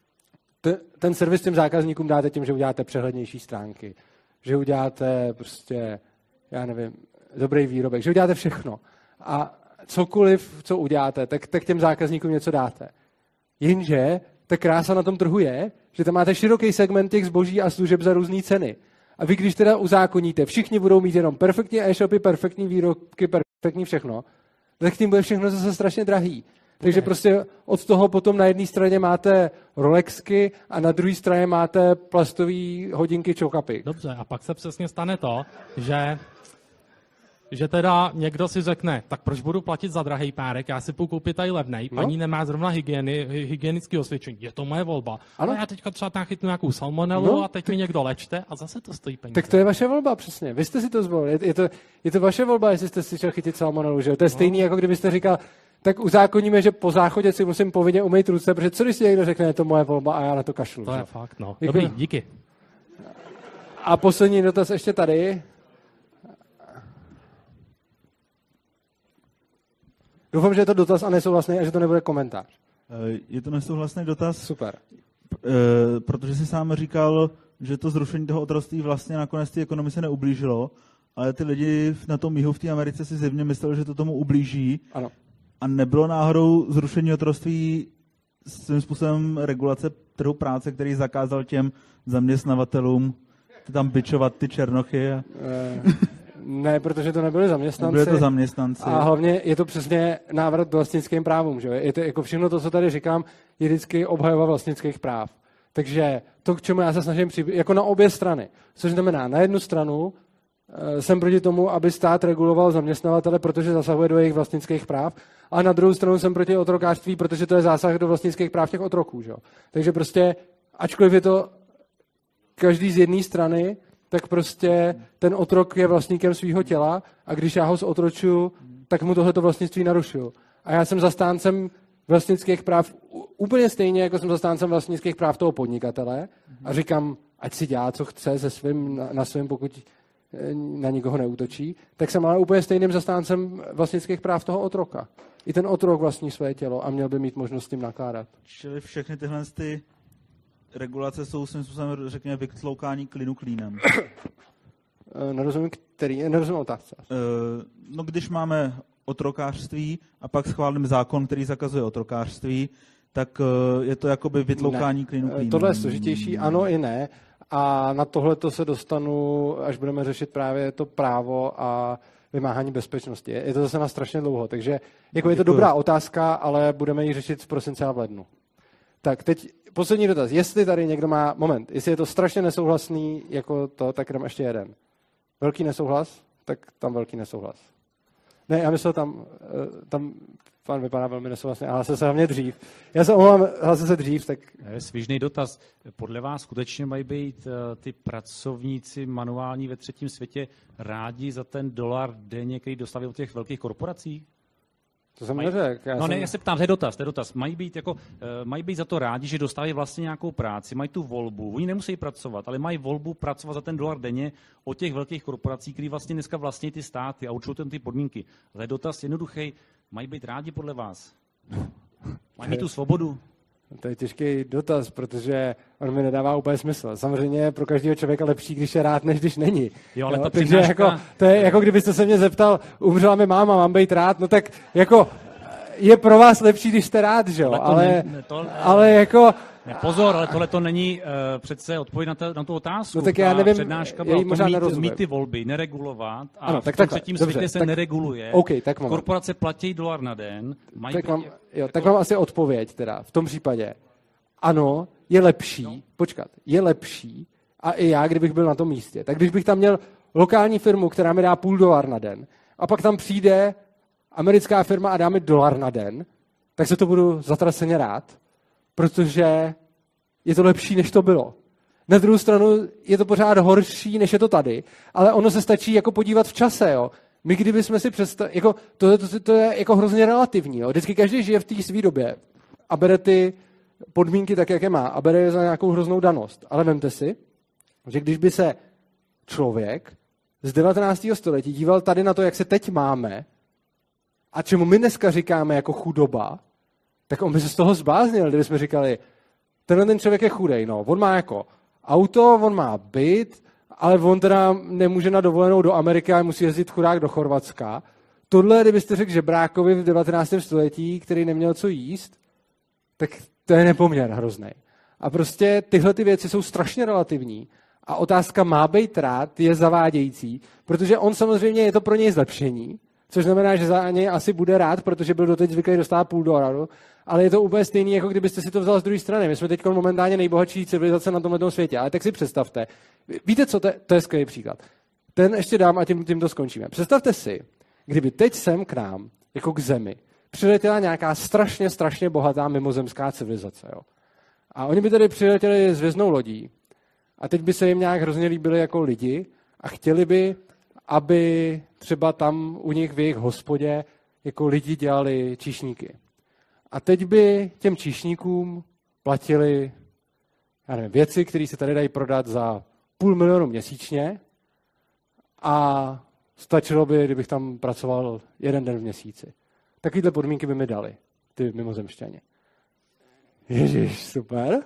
Ten servis těm zákazníkům dáte tím, že uděláte přehlednější stránky, že uděláte prostě, já nevím, dobrý výrobek, že uděláte všechno. A cokoliv, co uděláte, tak, tak těm zákazníkům něco dáte. Jenže ta krása na tom trhu je, že tam máte široký segment těch zboží a služeb za různé ceny. A vy, když teda uzákoníte, všichni budou mít jenom perfektní e-shopy, perfektní výrobky, perfektní všechno, tak tím bude všechno zase strašně drahý. Takže prostě od toho potom na jedné straně máte Rolexky a na druhé straně máte plastové hodinky Chocapy. Dobře, a pak se přesně stane to, že, že teda někdo si řekne, tak proč budu platit za drahý párek, já si půjdu koupit tady levnej, no. paní nemá zrovna hygieny, hygienické osvědčení, je to moje volba. Ano. A já teďka třeba tam chytnu nějakou salmonelu no. a teď mi někdo lečte a zase to stojí peníze. Tak to je vaše volba, přesně. Vy jste si to zvolili. Je, je, to, je to vaše volba, jestli jste si chtěl chytit salmonelu, že? To je stejný, no. jako kdybyste říkal, tak uzákoníme, že po záchodě si musím povinně umýt ruce, protože co když si někdo řekne, je to moje volba a já na to kašlu. To že? je fakt, no. Děkuji. Dobrý, díky. A poslední dotaz ještě tady. Doufám, že je to dotaz a nesouhlasný a že to nebude komentář. Je to nesouhlasný dotaz. Super. Protože jsi sám říkal, že to zrušení toho otroctví vlastně nakonec té ekonomice neublížilo, ale ty lidi na tom jihu v té Americe si zjevně mysleli, že to tomu ublíží. Ano. A nebylo náhodou zrušení otroctví svým způsobem regulace trhu práce, který zakázal těm zaměstnavatelům tam bičovat ty černochy? A... Ne, protože to nebyli zaměstnanci. Nebyli to zaměstnanci. A hlavně je to přesně návrat k vlastnickým právům. Že? Je to jako všechno to, co tady říkám, je vždycky obhajova vlastnických práv. Takže to, k čemu já se snažím přijít, jako na obě strany. Což znamená, na jednu stranu jsem proti tomu, aby stát reguloval zaměstnavatele, protože zasahuje do jejich vlastnických práv, a na druhou stranu jsem proti otrokářství, protože to je zásah do vlastnických práv těch otroků. Že? Takže prostě, ačkoliv je to každý z jedné strany, tak prostě ten otrok je vlastníkem svého těla a když já ho zotročuju, tak mu tohleto vlastnictví narušuju. A já jsem zastáncem vlastnických práv úplně stejně, jako jsem zastáncem vlastnických práv toho podnikatele a říkám, ať si dělá, co chce se svým, na, na svým, pokud na nikoho neútočí, tak jsem ale úplně stejným zastáncem vlastnických práv toho otroka. I ten otrok vlastní své tělo a měl by mít možnost s tím nakládat. Čili všechny tyhle ty regulace jsou svým způsobem, řekněme, vytloukání klinu klínem. Nerozumím, který, nerozumím otázce. No, když máme otrokářství a pak schválíme zákon, který zakazuje otrokářství, tak je to jakoby vytloukání ne. klinu klínem. Tohle je složitější, ano i ne. A na tohle to se dostanu, až budeme řešit právě to právo a vymáhání bezpečnosti. Je to zase na strašně dlouho, takže jako je to dobrá otázka, ale budeme ji řešit v prosinci a v lednu. Tak teď poslední dotaz. Jestli tady někdo má, moment, jestli je to strašně nesouhlasný jako to, tak dám ještě jeden. Velký nesouhlas? Tak tam velký nesouhlas. Ne, já myslel tam, tam pan vypadá velmi nesouhlasně, ale hlasil se hlavně dřív. Já se omlouvám, hlasil se dřív, tak... Svížný dotaz. Podle vás skutečně mají být ty pracovníci manuální ve třetím světě rádi za ten dolar denně, který dostávají od těch velkých korporací? To jsem Maj... neřekl. Já no jsem... ne, já se ptám, to je dotaz, to je dotaz. Mají být jako, uh, mají být za to rádi, že dostávají vlastně nějakou práci, mají tu volbu, oni nemusí pracovat, ale mají volbu pracovat za ten dolar denně od těch velkých korporací, které vlastně dneska vlastní ty státy a určují ty podmínky. Ale dotaz jednoduchý, mají být rádi podle vás? Mají mít tu svobodu? To je těžký dotaz, protože on mi nedává úplně smysl. Samozřejmě je pro každého člověka lepší, když je rád, než když není. Jo, ale jo, ta takže přednáška... jako, to je jako kdybyste se mě zeptal, umřela mi máma, mám být rád, no tak jako je pro vás lepší, když jste rád, že jo, ale, ale, ne, to, ale jako... Ne, pozor, ale tohle to není uh, přece odpověď na, na tu otázku. No tak já nevím, přednáška byla možná mít, mít ty volby, neregulovat a ano, tak v tom takhle, třetím dobře, světě se tak, nereguluje. Okay, tak korporace platí dolar na den. Mají tak, být, mám, jako, jo, tak mám asi odpověď teda v tom případě. Ano, je lepší, no. počkat, je lepší a i já, kdybych byl na tom místě, tak když bych tam měl lokální firmu, která mi dá půl dolar na den a pak tam přijde americká firma a dá mi dolar na den, tak se to budu zatraceně rád, protože je to lepší, než to bylo. Na druhou stranu je to pořád horší, než je to tady, ale ono se stačí jako podívat v čase, jo. My kdybychom si představili, jako, to, to, to je jako hrozně relativní, jo. Vždycky každý žije v té své době a bere ty podmínky tak, jak je má a bere je za nějakou hroznou danost. Ale vemte si, že když by se člověk z devatenáctého století díval tady na to, jak se teď máme a čemu my dneska říkáme jako chudoba, tak on by se z toho zbláznil, kdyby jsme říkali, tenhle ten člověk je chudej, no, on má jako auto, on má byt, ale on teda nemůže na dovolenou do Ameriky a musí jezdit chudák do Chorvatska. Tohle, kdybyste řekl žebrákovi v devatenáctém století, který neměl co jíst, tak to je nepoměr hrozný. A prostě tyhle ty věci jsou strašně relativní a otázka má být rád je zavádějící, protože on samozřejmě je to pro něj zlepšení, což znamená, že za něj asi bude rád, protože byl doteď zvyklý dostat půl dolaru, ale je to úplně stejný, jako kdybyste si to vzal z druhé strany. My jsme teď momentálně nejbohatší civilizace na tomhle světě, ale tak si představte. Víte co, to je, to je skvělý příklad. Ten ještě dám a tím, tím to skončíme. Představte si, kdyby teď sem k nám, jako k zemi, přiletěla nějaká strašně, strašně bohatá mimozemská civilizace. Jo? A oni by tady přiletěli s hvězdnou lodí a teď by se jim nějak hrozně líbili jako lidi a chtěli by, aby třeba tam u nich v jejich hospodě jako lidi dělali číšníky. A teď by těm číšníkům platili já nevím, věci, které se tady dají prodat za půl milionu měsíčně a stačilo by, kdybych tam pracoval jeden den v měsíci. Takovýhle podmínky by mi dali, ty mimozemšťani. Ježiš, super.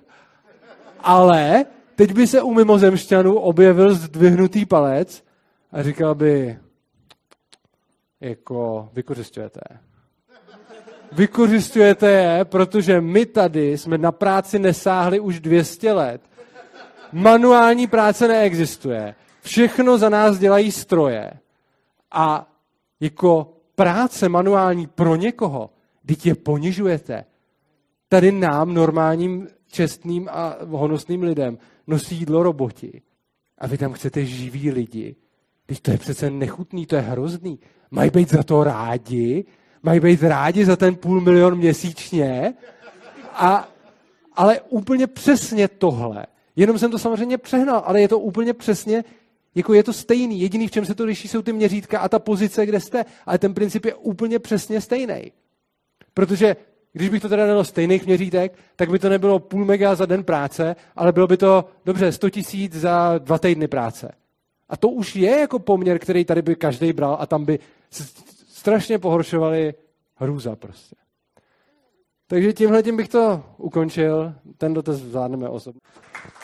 Ale teď by se u mimozemšťanů objevil zdvihnutý palec a říkal by, jako vykořisťujete je. Vykořisťujete je, protože my tady jsme na práci nesáhli už dvě stě let. Manuální práce neexistuje. Všechno za nás dělají stroje. A jako práce manuální pro někoho, teď je ponižujete. Tady nám, normálním, čestným a honosným lidem, nosí jídlo roboti. A vy tam chcete živí lidi. Teď to je přece nechutný, to je hrozný. Mají být za to rádi, mají být rádi za ten půl milion měsíčně. A, ale úplně přesně tohle. Jenom jsem to samozřejmě přehnal, ale je to úplně přesně, jako je to stejný. Jediný, v čem se to liší, jsou ty měřítka a ta pozice, kde jste. Ale ten princip je úplně přesně stejný. Protože když bych to teda dalo stejných měřítek, tak by to nebylo půl mega za den práce, ale bylo by to, dobře, sto tisíc za dva týdny práce. A to už je jako poměr, který tady by každý bral a tam by strašně pohoršovali hrůza prostě. Takže tímhle tím bych to ukončil. Ten dotaz zvládneme osobně.